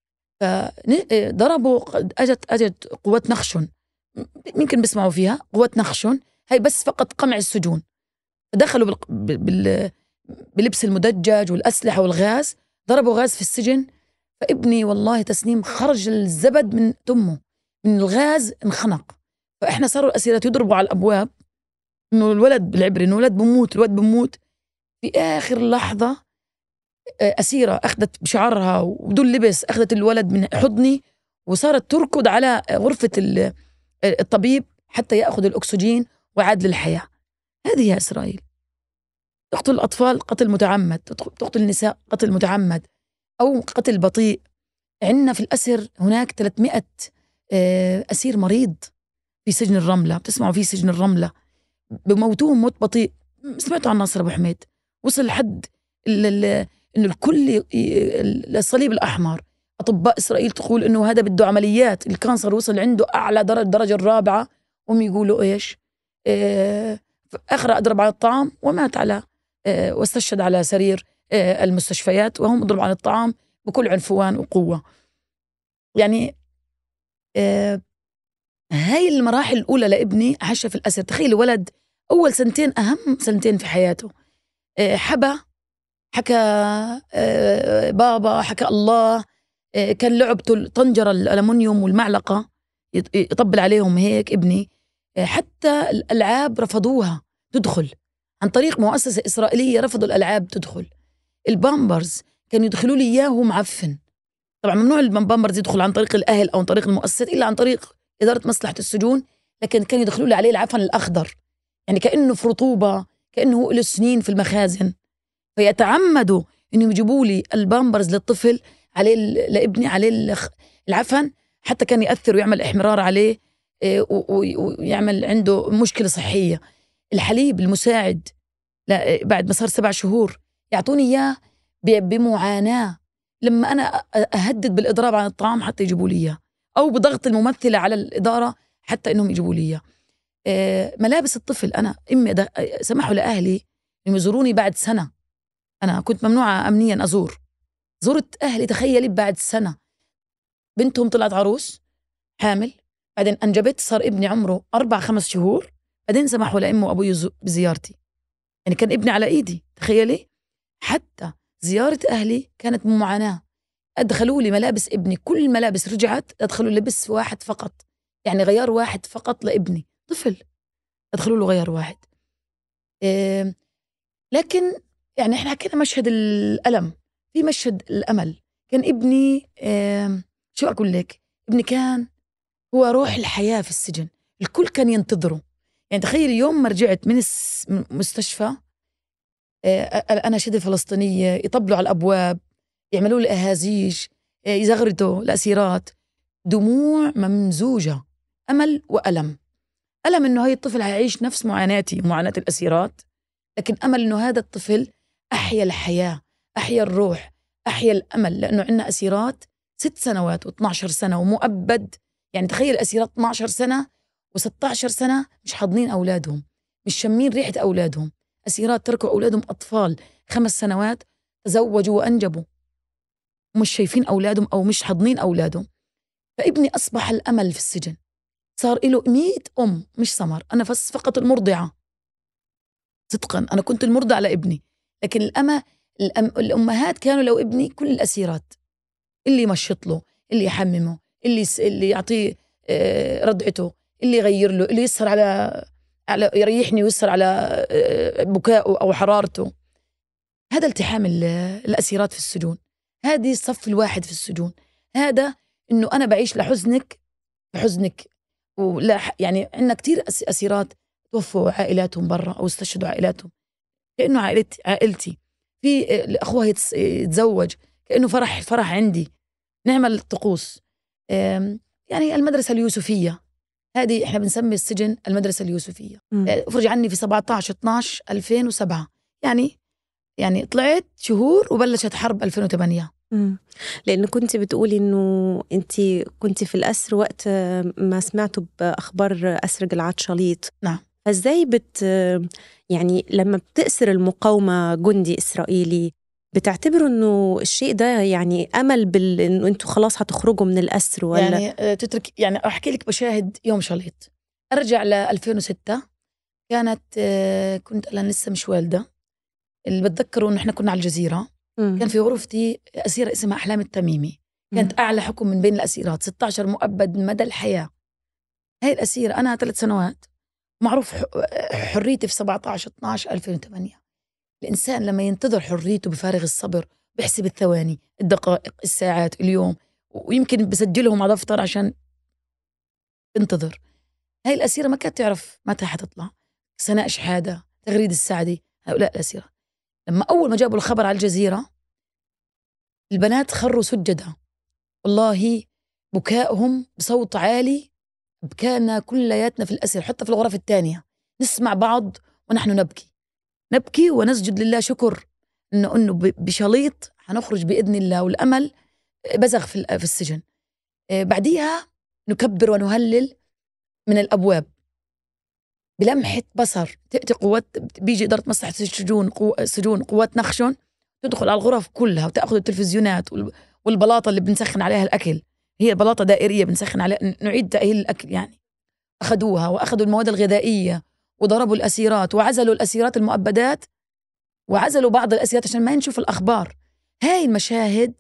فضربوا. أجت أجت قوات نخشن، ممكن بيسمعوا فيها قوات نخشن، هاي بس فقط قمع السجون. دخلوا بال... بال... بلبس المدجج والأسلحة والغاز، ضربوا غاز في السجن. فابني والله تسنيم خرج الزبد من تمه من الغاز، انخنق. فإحنا صاروا الأسيرات يضربوا على الأبواب إنه الولد بالعبري إنه الولد بموت الولد بموت. في آخر لحظة أسيرة أخذت بشعرها وبدون لبس أخذت الولد من حضني وصارت تركض على غرفة الطبيب حتى يأخذ الأكسجين وعاد للحياة. هذه هي إسرائيل، تقتل الأطفال قتل متعمد، تقتل النساء قتل متعمد أو قتل بطيء. عندنا في الأسر هناك ثلاثمائة أسير مريض في سجن الرملة، بتسمعوا في سجن الرملة بموتوهم موت بطيء. سمعتوا عن ناصر أبو حميد وصل لحد إنه الكل الصليب الأحمر أطباء إسرائيل تقول إنه هذا بده عمليات، الكانسر وصل عنده أعلى درجة الدرجة الرابعة، وهم يقولوا إيش إيه أخرى أضرب على الطعام ومات على إيه واستشهد على سرير إيه المستشفيات وهم أضرب على الطعام بكل عنفوان وقوة. يعني إيه هاي المراحل الأولى لابني عاشها في الأسر. تخيل ولد أول سنتين أهم سنتين في حياته، إيه حبا حكى إيه بابا حكى الله، إيه كان لعبته الطنجرة الألمنيوم والمعلقة يطبل عليهم هيك ابني. إيه حتى الألعاب رفضوها تدخل عن طريق مؤسسة إسرائيلية، رفضوا الألعاب تدخل. البامبرز كانوا يدخلوا لي إياه وهو معفن، طبعا ممنوع البامبرز يدخل عن طريق الأهل أو عن طريق المؤسسات إلا عن طريق إدارة مصلحة السجون، لكن كانوا يدخلوا لي عليه العفن الأخضر، يعني كأنه في رطوبة، كأنه له سنين في المخازن. فيتعمدوا إنهم يجيبوا لي البامبرز للطفل عليه لابني عليه العفن، حتى كان يأثر ويعمل إحمرار عليه ويعمل عنده مشكلة صحية. الحليب المساعد بعد ما صار سبع شهور يعطوني إياه بمعاناة، لما أنا أهدد بالإضراب عن الطعام حتى يجيبوا لي إياه، أو بضغط الممثلة على الإدارة حتى إنهم يجيبوا لي إياه. ملابس الطفل أنا إمي سمحوا لأهلي إنهم يزوروني بعد سنة، أنا كنت ممنوعة أمنيا أزور، زرت أهلي تخيلي بعد سنة، بنتهم طلعت عروس حامل بعدين أنجبت، صار ابني عمره أربع خمس شهور، بعدين سمحوا لأمه وأبوي بزيارتي. يعني كان ابني على إيدي، تخيلي. حتى زيارة أهلي كانت معاناة. أدخلوا لي ملابس ابني، كل الملابس رجعت، أدخلوا لبس واحد فقط، يعني غيار واحد فقط لابني، طفل أدخلوا له غيار واحد. إيه لكن يعني إحنا حكينا مشهد الألم، في مشهد الأمل. كان ابني إيه شو أقول لك، ابني كان هو روح الحياة في السجن، الكل كان ينتظره. يعني تخيل يوم ما رجعت من المستشفى، إيه أنا شدة فلسطينية، يطبلوا على الأبواب، يعملوا لي أهازيج، إيه يزغردوا الأسيرات، دموع ممزوجة، أمل وألم. ألم إنه هاي الطفل هيعيش نفس معاناتي ومعاناة الأسيرات، لكن أمل إنه هذا الطفل أحيا الحياة، أحيا الروح، أحيا الأمل. لأنه عنا أسيرات ست سنوات واثناشر سنة ومؤبد. يعني تخيل أسيرات اثناشر سنة وستاشر سنة مش حاضنين أولادهم، مش شمين ريحة أولادهم. أسيرات تركوا أولادهم أطفال خمس سنوات، تزوجوا وأنجبوا، ومش شايفين أولادهم أو مش حاضنين أولادهم. فابني أصبح الأمل في السجن، صار له مئة أم، مش سمر. أنا بس فقط المرضعة، صدقا أنا كنت المرضع لابني، لكن الأمة الأم الأمهات كانوا لو ابني كل الأسيرات، اللي يمشط له، اللي يحممه، اللي يس... اللي يعطيه آه رضعته، اللي يغير له، اللي يسهر على على يريحني ويسهر على آه بكائه أو حرارته. هذا التحام الأسيرات في السجون، هذه الصف الواحد في السجون. هذا إنه أنا بعيش لحزنك بحزنك. ولا يعني عندنا كتير أسيرات توفوا عائلاتهم برا أو استشهدوا عائلاتهم، كأنه عائلتي عائلتي. في أخوها يتزوج كأنه فرح فرح عندي. نعمل طقوس، يعني المدرسة اليوسفية هذه إحنا بنسمي السجن المدرسة اليوسفية. أفرج عني في سبعة عشر اثناشر ألفين وسبعة، يعني يعني طلعت شهور وبلشت حرب ألفين وثمانية. مم. لأن كنت بتقولي إنه أنت كنت في الأسر وقت ما سمعتوا بأخبار أسر جلعاد شاليط. نعم. فإزاي بت يعني لما بتأسر المقاومة جندي إسرائيلي بتعتبروا إنه الشيء ده يعني أمل بال إنه أنتوا خلاص هتخرجوا من الأسر، ولا يعني تترك؟ يعني أحكي لك بشاهد يوم شاليط. أرجع ل ألفين وستة، كانت كنت أنا لسه مش والدة. اللي بتذكروا إنه إحنا كنا على الجزيرة. م. كان في غرفتي أسيرة اسمها أحلام التميمي، كانت م. أعلى حكم من بين الأسيرات، ستة عشر مؤبد مدى الحياة. هاي الأسيرة أنا ثلاث سنوات، معروف حريتي في سبعة عشر اثناشر ألفين وثمانية. الإنسان لما ينتظر حريته بفارغ الصبر بيحسب الثواني، الدقائق، الساعات، اليوم، ويمكن بسجلهم على دفتر عشان انتظر. هاي الأسيرة ما كانت تعرف متى حتطلع. سناء شحادة، تغريد السعدي، هؤلاء الأسيرة لما أول ما جابوا الخبر على الجزيرة البنات خروا سجدا، والله بكائهم بصوت عالي. بكانا كلياتنا في الأسر، حتى في الغرف الثانية نسمع بعض ونحن نبكي نبكي ونسجد لله شكر إنه إنه بشليط حنخرج بإذن الله، والأمل بزغ في في السجن. بعديها نكبر ونهلل من الأبواب بلمحة بصر، تأتي قوات، بيجي إدارة مصلحة السجون قو... السجون قوات نخشن تدخل على الغرف كلها وتأخذ التلفزيونات والبلاطة اللي بنسخن عليها الأكل، هي بلاطة دائرية بنسخن عليها، نعيد تأهيل الأكل يعني. أخذوها وأخذوا المواد الغذائية وضربوا الأسيرات وعزلوا الأسيرات المؤبدات وعزلوا بعض الأسيرات عشان ما نشوف الأخبار. هاي المشاهد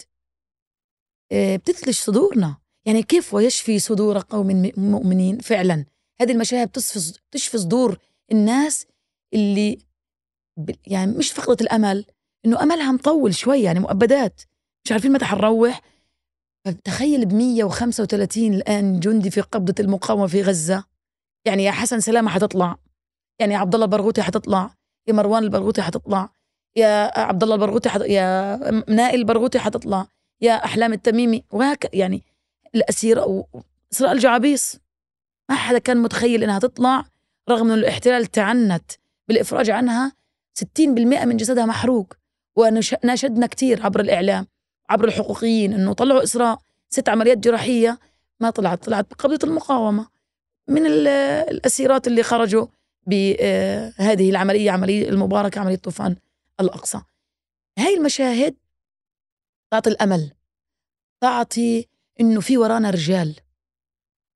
بتثلج صدورنا، يعني كيف ويشفي صدور قوم مؤمنين. فعلا هذه المشاهد بتصفي تشفي صدور الناس اللي يعني مش فقدت الأمل، إنه أملها مطول شوي، يعني مؤبدات مش عارفين متى حنروح. فتخيل بمية وخمسة وثلاثين الآن جندي في قبضة المقاومة في غزة. يعني يا حسن سلامة حتطلع، يعني يا عبد الله البرغوثي حتطلع، يا مروان البرغوثي حتطلع، يا عبد الله البرغوثي حت... يا نائل البرغوثي حتطلع، يا أحلام التميمي، وهك يعني الأسيرة وإسراء الجعابيس ما حدا كان متخيل إنها تطلع، رغم أن الاحتلال تعنت بالإفراج عنها. ستين بالمئة من جسدها محروق، وناشدنا كتير عبر الإعلام عبر الحقوقيين إنه طلعوا إسراء ست عمليات جراحية، ما طلعت طلعت بقبضة المقاومة من الأسيرات اللي خرجوا بهذه العملية، عملية المباركة، عملية طوفان الأقصى. هاي المشاهد تعطي الأمل، تعطي إنه في ورانا رجال،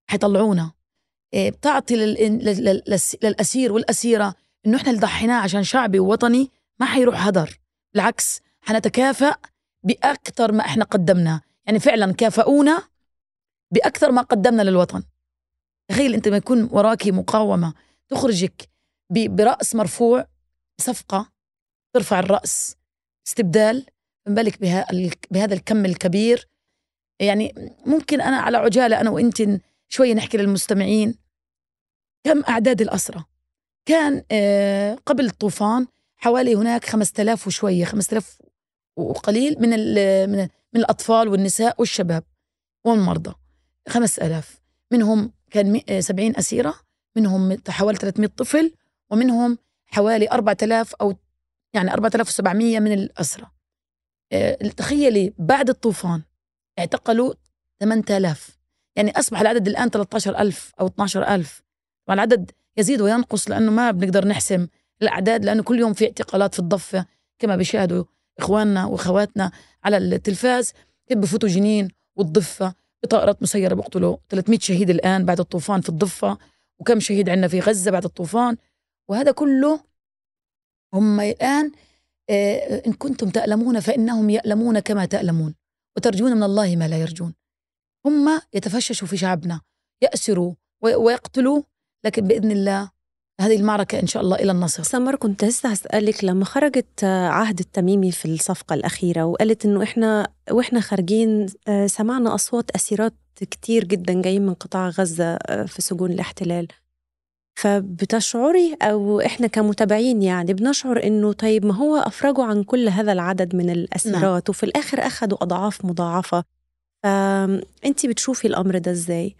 حيطلعونا. بتعطي للأسير والأسيرة إنه إحنا اللي ضحيناه عشان شعبي ووطني ما حيروح هدر، بالعكس حنتكافأ بأكثر ما إحنا قدمنا. يعني فعلا كافئونا بأكثر ما قدمنا للوطن. تخيل أنت ما يكون وراكي مقاومة تخرجك برأس مرفوع، صفقة ترفع الرأس، استبدال، فنبالك بهذا الكم الكبير. يعني ممكن أنا على عجالة أنا وإنت شوية نحكي للمستمعين كم أعداد الأسرى. كان قبل الطوفان حوالي هناك خمسة آلاف وشوية، خمسة آلاف وقليل من من من الأطفال والنساء والشباب والمرضى، خمسة آلاف منهم كان سبعين أسيرة، منهم حوالي ثلاثمائة طفل، ومنهم حوالي أربعة آلاف أو يعني أربعة آلاف وسبعمائة من الأسرى. تخيلي بعد الطوفان اعتقلوا ثمانية آلاف، يعني أصبح العدد الآن ثلاثة عشر ألف أو اثنا عشر ألف. والعدد يزيد وينقص لأنه ما بنقدر نحسم الأعداد، لأنه كل يوم في اعتقالات في الضفة كما بيشاهدوا إخواننا وأخواتنا على التلفاز، كيف بفوتوا جنين والضفة بطائرات مسيرة بيقتلوا ثلاثمائة شهيد الآن بعد الطوفان في الضفة، وكم شهيد عندنا في غزة بعد الطوفان. وهذا كله هم الآن آه إن كنتم تألمون فإنهم يألمون كما تألمون وترجون من الله ما لا يرجون. هم يتفششوا في شعبنا، يأسروا ويقتلوا، لكن بإذن الله هذه المعركة إن شاء الله إلى النصر. سمر، كنت لسه هسألك لما خرجت عهد التميمي في الصفقة الأخيرة وقالت إنه إحنا وإحنا خارجين سمعنا أصوات أسيرات كتير جدا جايين من قطاع غزة في سجون الاحتلال، فبتشعري أو إحنا كمتابعين يعني بنشعر إنه طيب ما هو أفرجوا عن كل هذا العدد من الأسيرات نعم. وفي الآخر أخذوا أضعاف مضاعفة، فأنتي بتشوفي الأمر ده إزاي؟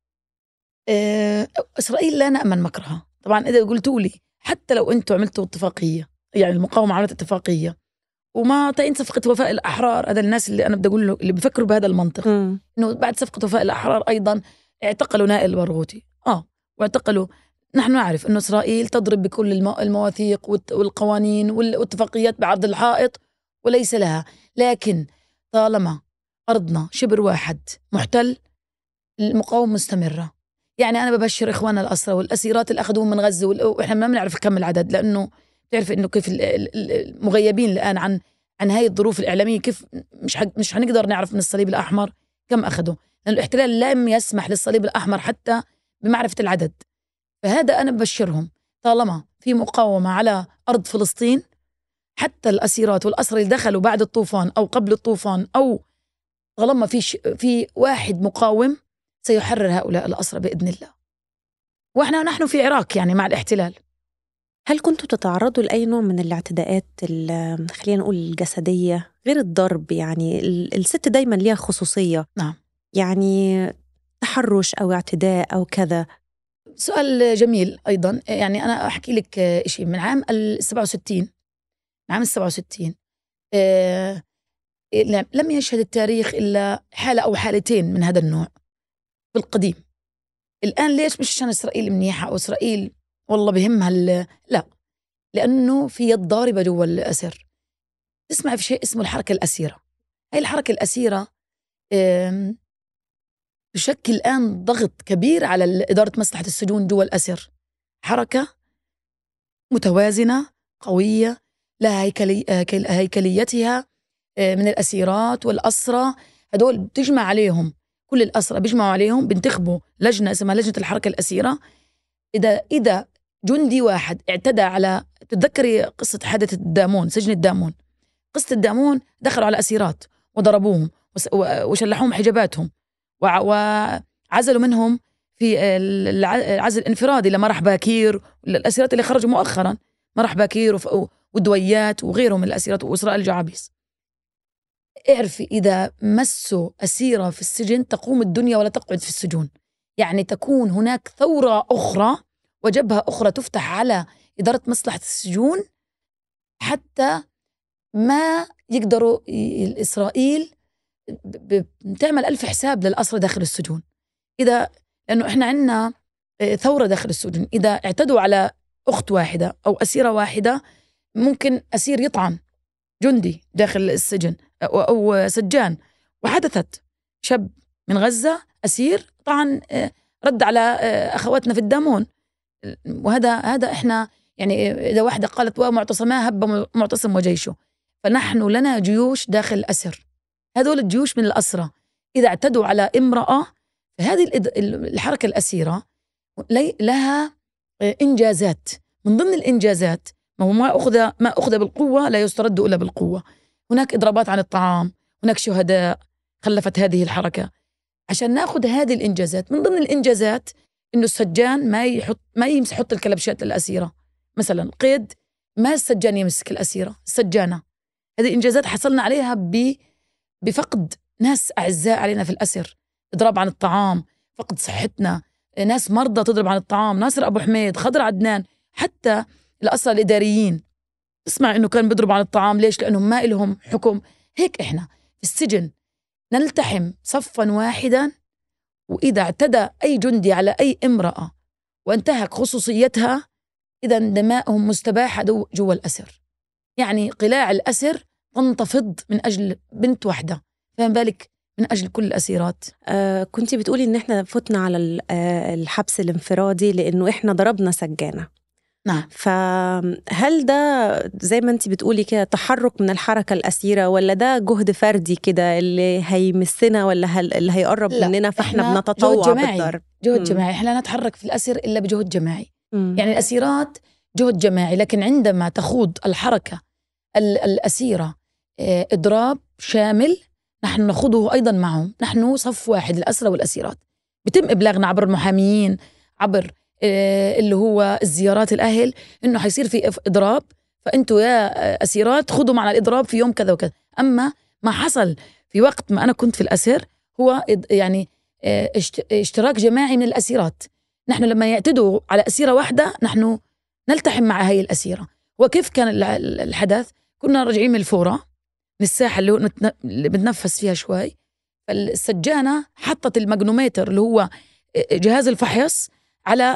إسرائيل لا نأمن مكرها طبعا. إذا قلتوا لي حتى لو أنتوا عملتوا اتفاقية، يعني المقاومة عملت اتفاقية وما تعين صفقة وفاء الأحرار، هذا الناس اللي أنا بدي أقول له اللي بيفكروا بهذا المنطق م. إنه بعد صفقة وفاء الأحرار أيضا اعتقلوا نائل البرغوثي آه واعتقلوا. نحن نعرف إنه إسرائيل تضرب بكل المواثيق والقوانين والاتفاقيات بعرض الحائط وليس لها، لكن طالما أرضنا شبر واحد محتل المقاومة مستمرة. يعني أنا ببشر إخواننا الأسرى والأسيرات اللي أخذوهم من غزة، وإحنا ما بنعرف كم العدد، لأنه تعرف إنه كيف المغيبين الآن عن عن هاي الظروف الإعلامية، كيف مش حق مش هنقدر نعرف من الصليب الأحمر كم أخذوا، لأن الاحتلال لم يسمح للصليب الأحمر حتى بمعرفة العدد. فهذا أنا ببشرهم طالما في مقاومة على أرض فلسطين، حتى الأسيرات والأسرى اللي دخلوا بعد الطوفان أو قبل الطوفان، أو طالما في في واحد مقاوم سيحرر هؤلاء الأسرى بإذن الله. وإحنا نحن في العراق يعني مع الاحتلال. هل كنتوا تتعرضوا لأي نوع من الاعتداءات خلينا نقول الجسدية غير الضرب؟ يعني الست دايما ليها خصوصية. نعم. يعني تحرش أو اعتداء أو كذا. سؤال جميل أيضا. يعني أنا أحكي لك إشي من عام السبعة وستين، عام السبعة وستين آه لم يشهد التاريخ إلا حالة أو حالتين من هذا النوع في القديم. الآن ليش؟ مش عشان إسرائيل منيحة أو إسرائيل والله بهمها، لا، لأنه في يد ضاربة جوا الأسر. تسمع في شيء اسمه الحركة الأسيرة. هاي الحركة الأسيرة تشكل الآن ضغط كبير على إدارة مصلحة السجون جوا الأسر. حركة متوازنة قوية لها هيكلي... هيكليتها من الأسيرات والأسرى، هدول بتجمع عليهم كل الأسرى، بيجمعوا عليهم بنتخبوا لجنة اسمها لجنة الحركة الأسيرة. إذا إذا جندي واحد اعتدى على، تتذكري قصة حادثة الدامون، سجن الدامون، قصة الدامون، دخلوا على أسيرات وضربوهم وشلحوهم حجاباتهم وعزلوا منهم في العزل الانفرادي لمرح باكير، الأسيرات اللي خرجوا مؤخرا مرح باكير ودويات وغيرهم من الأسيرات وإسراء الجعابيس. اعرفي إذا مسوا أسيرة في السجن تقوم الدنيا ولا تقعد في السجون. يعني تكون هناك ثورة أخرى وجبهة أخرى تفتح على إدارة مصلحة السجون، حتى ما يقدروا إسرائيل تعمل ألف حساب للأسرى داخل السجون. إذا لأنه إحنا عندنا ثورة داخل السجون، إذا اعتدوا على أخت واحدة أو أسيرة واحدة، ممكن أسير يطعن جندي داخل السجن أو سجان. وحدثت شاب من غزة أسير طعن رد على أخواتنا في الدامون. وهذا هذا إحنا يعني إذا واحدة قالت ومعتصما هب معتصم وجيشه، فنحن لنا جيوش داخل الأسر، هذول الجيوش من الأسرة إذا اعتدوا على امرأة، فهذه الحركة الأسيرة لها إنجازات. من ضمن الإنجازات ما هو ما أخذ ما أخذ بالقوة لا يسترد إلا بالقوة. هناك إضرابات عن الطعام، هناك شهداء خلفت هذه الحركة. عشان ناخذ هذه الإنجازات، من ضمن الإنجازات إنه السجان ما يحط ما يمسح يحط الكلبشات للأسيرة مثلا، قيد ما السجان يمسك الأسيرة، السجانة. هذه إنجازات حصلنا عليها ب بفقد ناس أعزاء علينا في الأسر، إضراب عن الطعام، فقد صحتنا، ناس مرضى تضرب عن الطعام، ناصر أبو حميد، خضر عدنان، حتى الأسرى الإداريين اسمع إنه كان بيضرب عن الطعام. ليش؟ لأنهم ما إلهم حكم. هيك إحنا في السجن نلتحم صفا واحدا، وإذا اعتدى أي جندي على أي امرأة وانتهك خصوصيتها، إذا دماءهم مستباحة جوا الأسر. يعني قلاع الأسر تنتفض من أجل بنت واحدة، فهم بالك من أجل كل الأسيرات. آه كنتي بتقولي إن إحنا فتنا على الحبس الانفرادي لأنه إحنا ضربنا سجانة. نعم. فهل ده زي ما أنتي بتقولي كده تحرك من الحركة الأسيرة، ولا ده جهد فردي كده اللي هيمسنا، ولا اللي هيقرب لا. مننا فإحنا بنتطوع بالضرب؟ جهد جماعي. إحنا لا نتحرك في الأسر إلا بجهد جماعي. مم. يعني الأسيرات جهد جماعي، لكن عندما تخوض الحركة الأسيرة إضراب شامل نحن نخوضه أيضا معهم. نحن صف واحد، الأسرة والأسيرات. بتم إبلاغنا عبر المحاميين، عبر اللي هو الزيارات الأهل، إنه حيصير في إضراب، فأنتوا يا أسيرات خذوا معنا الإضراب في يوم كذا وكذا. أما ما حصل في وقت ما أنا كنت في الأسر هو يعني اشتراك جماعي من الأسيرات. نحن لما يعتدوا على أسيرة واحدة نحن نلتحم مع هاي الأسيرة. وكيف كان الحدث؟ كنا راجعين من الفورة، من الساحة اللي, هو اللي بنتنفس فيها شوي، فالسجانة حطت الماجنوميتر اللي هو جهاز الفحص على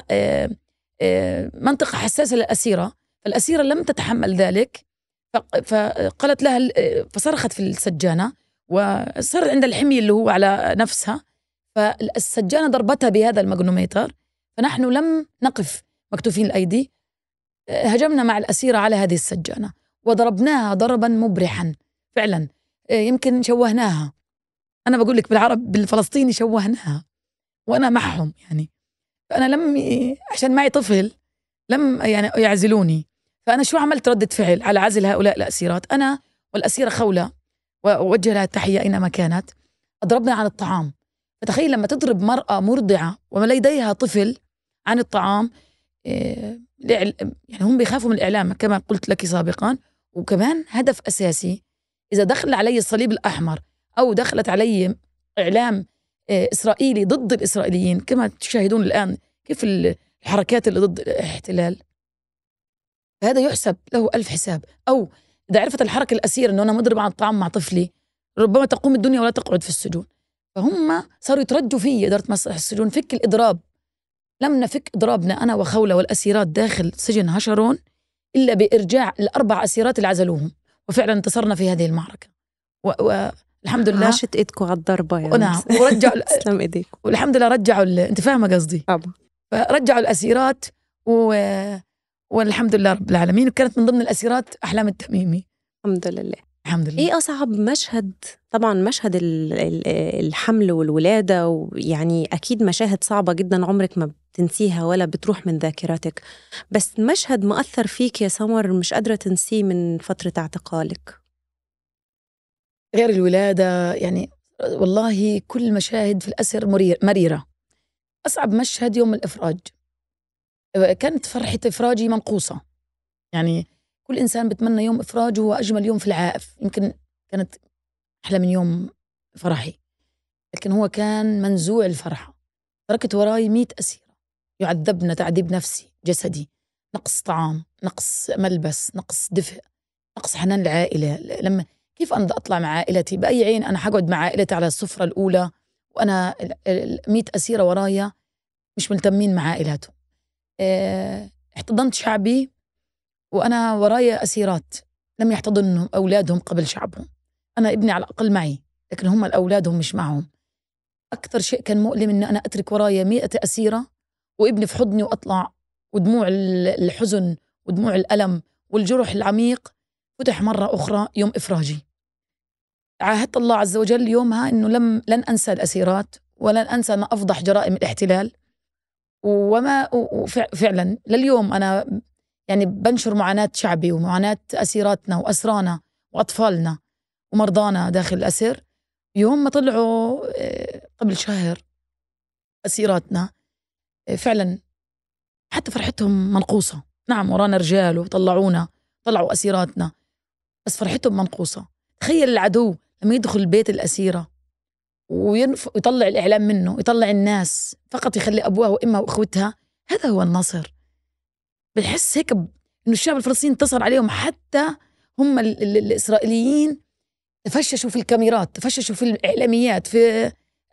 منطقة حساسة للأسيرة، فالأسيرة لم تتحمل ذلك، فقالت لها، فصرخت في السجانة وصار عند الحمية اللي هو على نفسها، فالسجانة ضربتها بهذا الماجنوميتر، فنحن لم نقف مكتوفين الأيدي، هجمنا مع الأسيرة على هذه السجانة وضربناها ضربا مبرحا فعلا. يمكن شوهناها، أنا بقول لك بالعرب بالفلسطيني شوهناها وأنا معهم يعني. فأنا لم عشان معي طفل لم يعني يعزلوني، فأنا شو عملت ردة فعل على عزل هؤلاء الأسيرات؟ أنا والأسيرة خولة ووجه لها التحية أينما كانت، أضربنا عن الطعام. فتخيل لما تضرب مرأة مرضعة ولديها طفل عن الطعام، يعني هم بيخافوا من الإعلام كما قلت لك سابقا. وكمان هدف أساسي، إذا دخل علي الصليب الأحمر أو دخلت علي إعلام إسرائيلي ضد الإسرائيليين كما تشاهدون الآن كيف الحركات اللي ضد الاحتلال، هذا يحسب له ألف حساب. أو إذا عرفت الحركة الأسيرة أنه أنا مضرب عن الطعام مع طفلي، ربما تقوم الدنيا ولا تقعد في السجون. فهم صاروا يترجوا في إدارة مسرح السجون فك الإضراب. لم نفك إضرابنا أنا وخولة والأسيرات داخل سجن هشرون إلا بإرجاع الأربع أسيرات اللي عزلوهم، وفعلا انتصرنا في هذه المعركة والحمد لله. عاشت إيدكم على الضربة يا نعم. ورجعوا تسلم إيديكم والحمد لله رجعوا ال... أنت فاهمة قصدي؟ طبعا. فرجعوا الأسيرات و... والحمد لله رب العالمين. وكانت من ضمن الأسيرات أحلام التميمي. الحمد لله. الحمد لله. إيه أصعب مشهد؟ طبعا مشهد الحمل والولادة، ويعني أكيد مشاهد صعبة جدا عمرك ما بتنسيها ولا بتروح من ذاكرتك، بس مشهد مؤثر فيك يا سمر مش قادرة تنسيه من فترة اعتقالك؟ غير الولادة يعني والله كل مشاهد في الأسر مريرة. أصعب مشهد يوم الإفراج، كانت فرحة إفراجي منقوصة. يعني كل إنسان بتمنى يوم إفراجه هو أجمل يوم في العائف، يمكن كانت أحلى من يوم فرحي، لكن هو كان منزوع الفرحة. تركت وراي مئة أسيرة يعذبن تعذيب نفسي جسدي، نقص طعام، نقص ملبس، نقص دفء، نقص حنان العائلة. لما كيف أنا أطلع مع عائلتي؟ بأي عين أنا حقعد مع عائلتي على السفرة الأولى وأنا مئة أسيرة ورايا مش ملتمين مع عائلاتهم؟ اه احتضنت شعبي وأنا ورايا أسيرات لم يحتضنهم أولادهم قبل شعبهم. أنا ابني على الأقل معي، لكن هم الأولادهم مش معهم. أكثر شيء كان مؤلم إنه أنا أترك ورايا مئة أسيرة وابني في حضني وأطلع، ودموع الحزن ودموع الألم والجرح العميق فتح مرة أخرى يوم إفراجي. عاهدت الله عز وجل يومها إنه لم لن أنسى الأسيرات ولن أنسى أن أفضح جرائم الاحتلال. وما فعلا لليوم أنا يعني بنشر معاناة شعبي ومعاناة أسيراتنا وأسرانا وأطفالنا ومرضانا داخل الأسر. يوم ما طلعوا قبل شهر أسيراتنا فعلا حتى فرحتهم منقوصة. نعم ورانا رجال وطلعونا طلعوا أسيراتنا، بس فرحتهم منقوصة. تخيل العدو لما يدخل البيت الأسيرة ويطلع الإعلام منه، يطلع الناس فقط يخلي أبوها وإمها وإخوتها، هذا هو النصر. بنحس هيك إنه الشعب الفلسطيني انتصر عليهم. حتى هم ال ال الإسرائيليين تفششوا في الكاميرات، تفششوا في الإعلاميات، في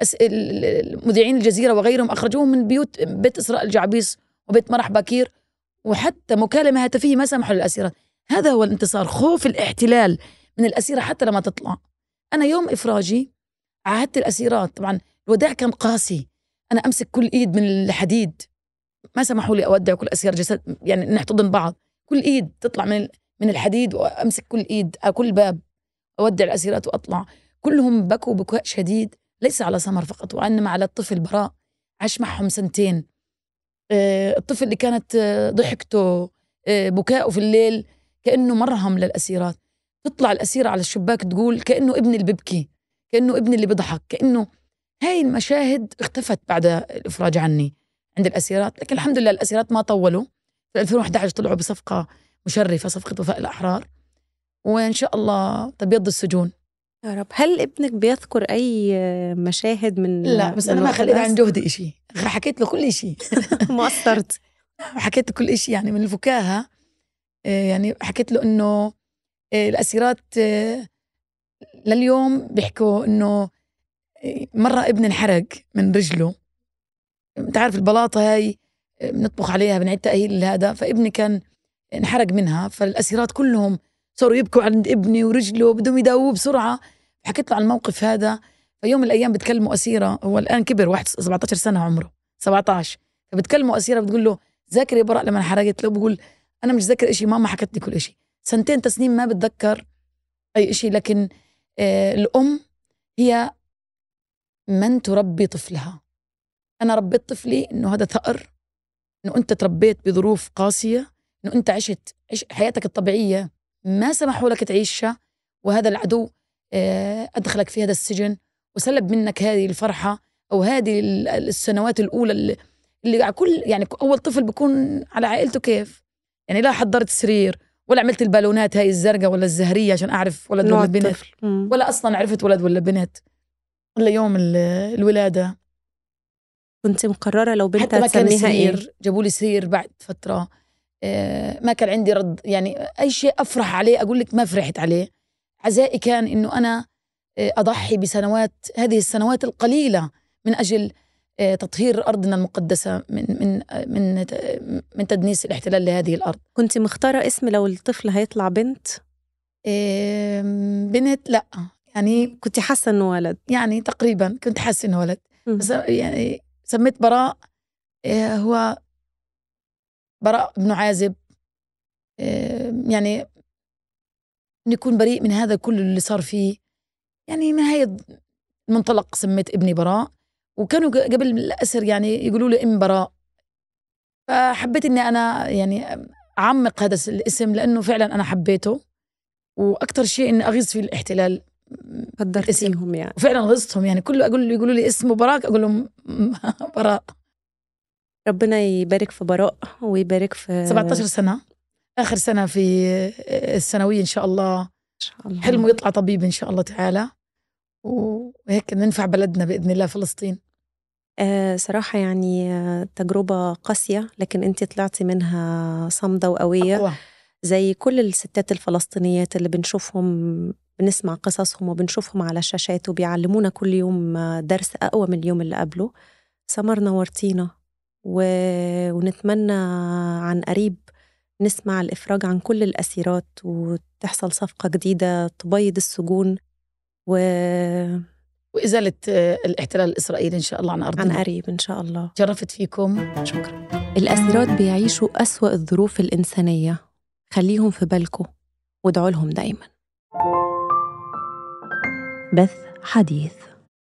مذيعين الجزيرة وغيرهم، أخرجوهم من بيوت بيت إسراء الجعبيس وبيت مرح بكير، وحتى مكالمة هاتفية ما سمحوا للأسيرة. هذا هو الانتصار، خوف الاحتلال من الأسيرة حتى لما تطلع. أنا يوم إفراجي عاهدت الأسيرات، طبعا الوداع كان قاسي، أنا أمسك كل إيد من الحديد، ما سمحوا لي أودع كل أسير جسد، يعني نحتضن بعض، كل إيد تطلع من من الحديد وأمسك كل إيد كل باب أودع الأسيرات وأطلع. كلهم بكوا بكاء شديد، ليس على سمر فقط وإنما على الطفل براء عاش معهم سنتين. آه الطفل اللي كانت آه ضحكته آه بكاءه في الليل كأنه مرهم للأسيرات. تطلع الأسيرة على الشباك تقول كأنه ابني اللي ببكي، كأنه ابني اللي بضحك، كأنه هاي المشاهد اختفت بعد الإفراج عني عند الأسيرات. لكن الحمد لله الأسيرات ما طولوا، في ألفين وإحدى عشر طلعوا بصفقة مشرفة، صفقة وفاء الأحرار، وإن شاء الله تبيض السجون يا رب. هل ابنك بيذكر أي مشاهد من لا بس من أنا ما وقت خليت عن الأسر؟ جهدي إشي، حكيت له كل إشي ما قصرت. حكيت له كل إشي يعني من الفكاهة. يعني حكيت له إنه الأسيرات لليوم بيحكوا إنه مرة ابن انحرق من رجله، انت عارف البلاطة هاي بنطبخ عليها بنعيد تأهيل هذا، فابني كان انحرق منها، فالأسيرات كلهم صاروا يبكوا عند ابني ورجله بدهم يداووه بسرعة. حكيت له عن الموقف هذا، فيوم من الأيام بتكلموا أسيرة، هو الآن كبر، واحد سبعة عشر سنة عمره سبعة عشر، فبتكلموا أسيرة بتقول له ذاكر يا براء لما انحرقت له؟ بقول أنا مش ذاكر إشي، ماما حكت لي كل إشي. سنتين تسنين ما بتذكر أي إشي. لكن آه الأم هي من تربي طفلها. أنا ربيت طفلي إنه هذا ثأر، إنه أنت تربيت بظروف قاسية، إنه أنت عشت عش حياتك الطبيعية ما سمحوا لك تعيشها، وهذا العدو أدخلك في هذا السجن وسلب منك هذه الفرحة أو هذه السنوات الأولى اللي, اللي كل يعني أول طفل بيكون على عائلته كيف يعني. لا حضرت سرير ولا عملت البالونات هاي الزرقاء ولا الزهرية عشان أعرف ولد ولا بنت، ولا أصلا عرفت ولد ولا بنت إلا يوم الولادة. كنت مقررة لو بنت حتى ما كان تسميها إيه؟ جابوا لي سرير بعد فترة، آه ما كان عندي رد، يعني أي شيء أفرح عليه أقول لك ما فرحت عليه. عزائي كان إنه أنا آه أضحي بسنوات، هذه السنوات القليلة من أجل آه تطهير أرضنا المقدسة من من من من تدنيس الاحتلال لهذه الأرض. كنت مختارة اسم لو الطفل هيطلع بنت؟ آه بنت لا، يعني كنت حاسة إنه ولد؟ يعني تقريبا كنت حاسة إنه ولد، بس يعني سميت براء. آه هو براء بن عازب، يعني نكون بريء من هذا كل اللي صار فيه. يعني من هاي المنطلق سميت ابني براء، وكانوا قبل الأسر يعني يقولوا لي ام براء، فحبيت اني انا يعني اعمق هذا الاسم لانه فعلا انا حبيته، واكثر شيء اني اغيظ في الاحتلال قدرتيهم يعني، وفعلا غيظتهم. يعني كله اقول يقولوا لي اسمه براء اقول لهم براء. ربنا يبارك في براء ويبارك في سبعة عشر سنة، آخر سنة في الثانوية إن شاء الله. إن شاء الله حلمه يطلع طبيب إن شاء الله تعالى، وهيك ننفع بلدنا بإذن الله فلسطين. آه صراحة يعني آه تجربة قاسية، لكن أنت طلعتي منها صامدة وقوية أقوى. زي كل الستات الفلسطينيات اللي بنشوفهم، بنسمع قصصهم وبنشوفهم على الشاشات وبيعلمونا كل يوم درس أقوى من اليوم اللي قبله. سمر نورتينا، و... ونتمنى عن قريب نسمع الإفراج عن كل الأسيرات وتحصل صفقة جديدة تبيض السجون، و وإزالة الاحتلال الإسرائيلي إن شاء الله عن أرضنا. عن قريب إن شاء الله. شرفت فيكم. شكرا. الأسيرات بيعيشوا أسوأ الظروف الإنسانية، خليهم في بالكم وادعوا لهم دايما. بث حديث.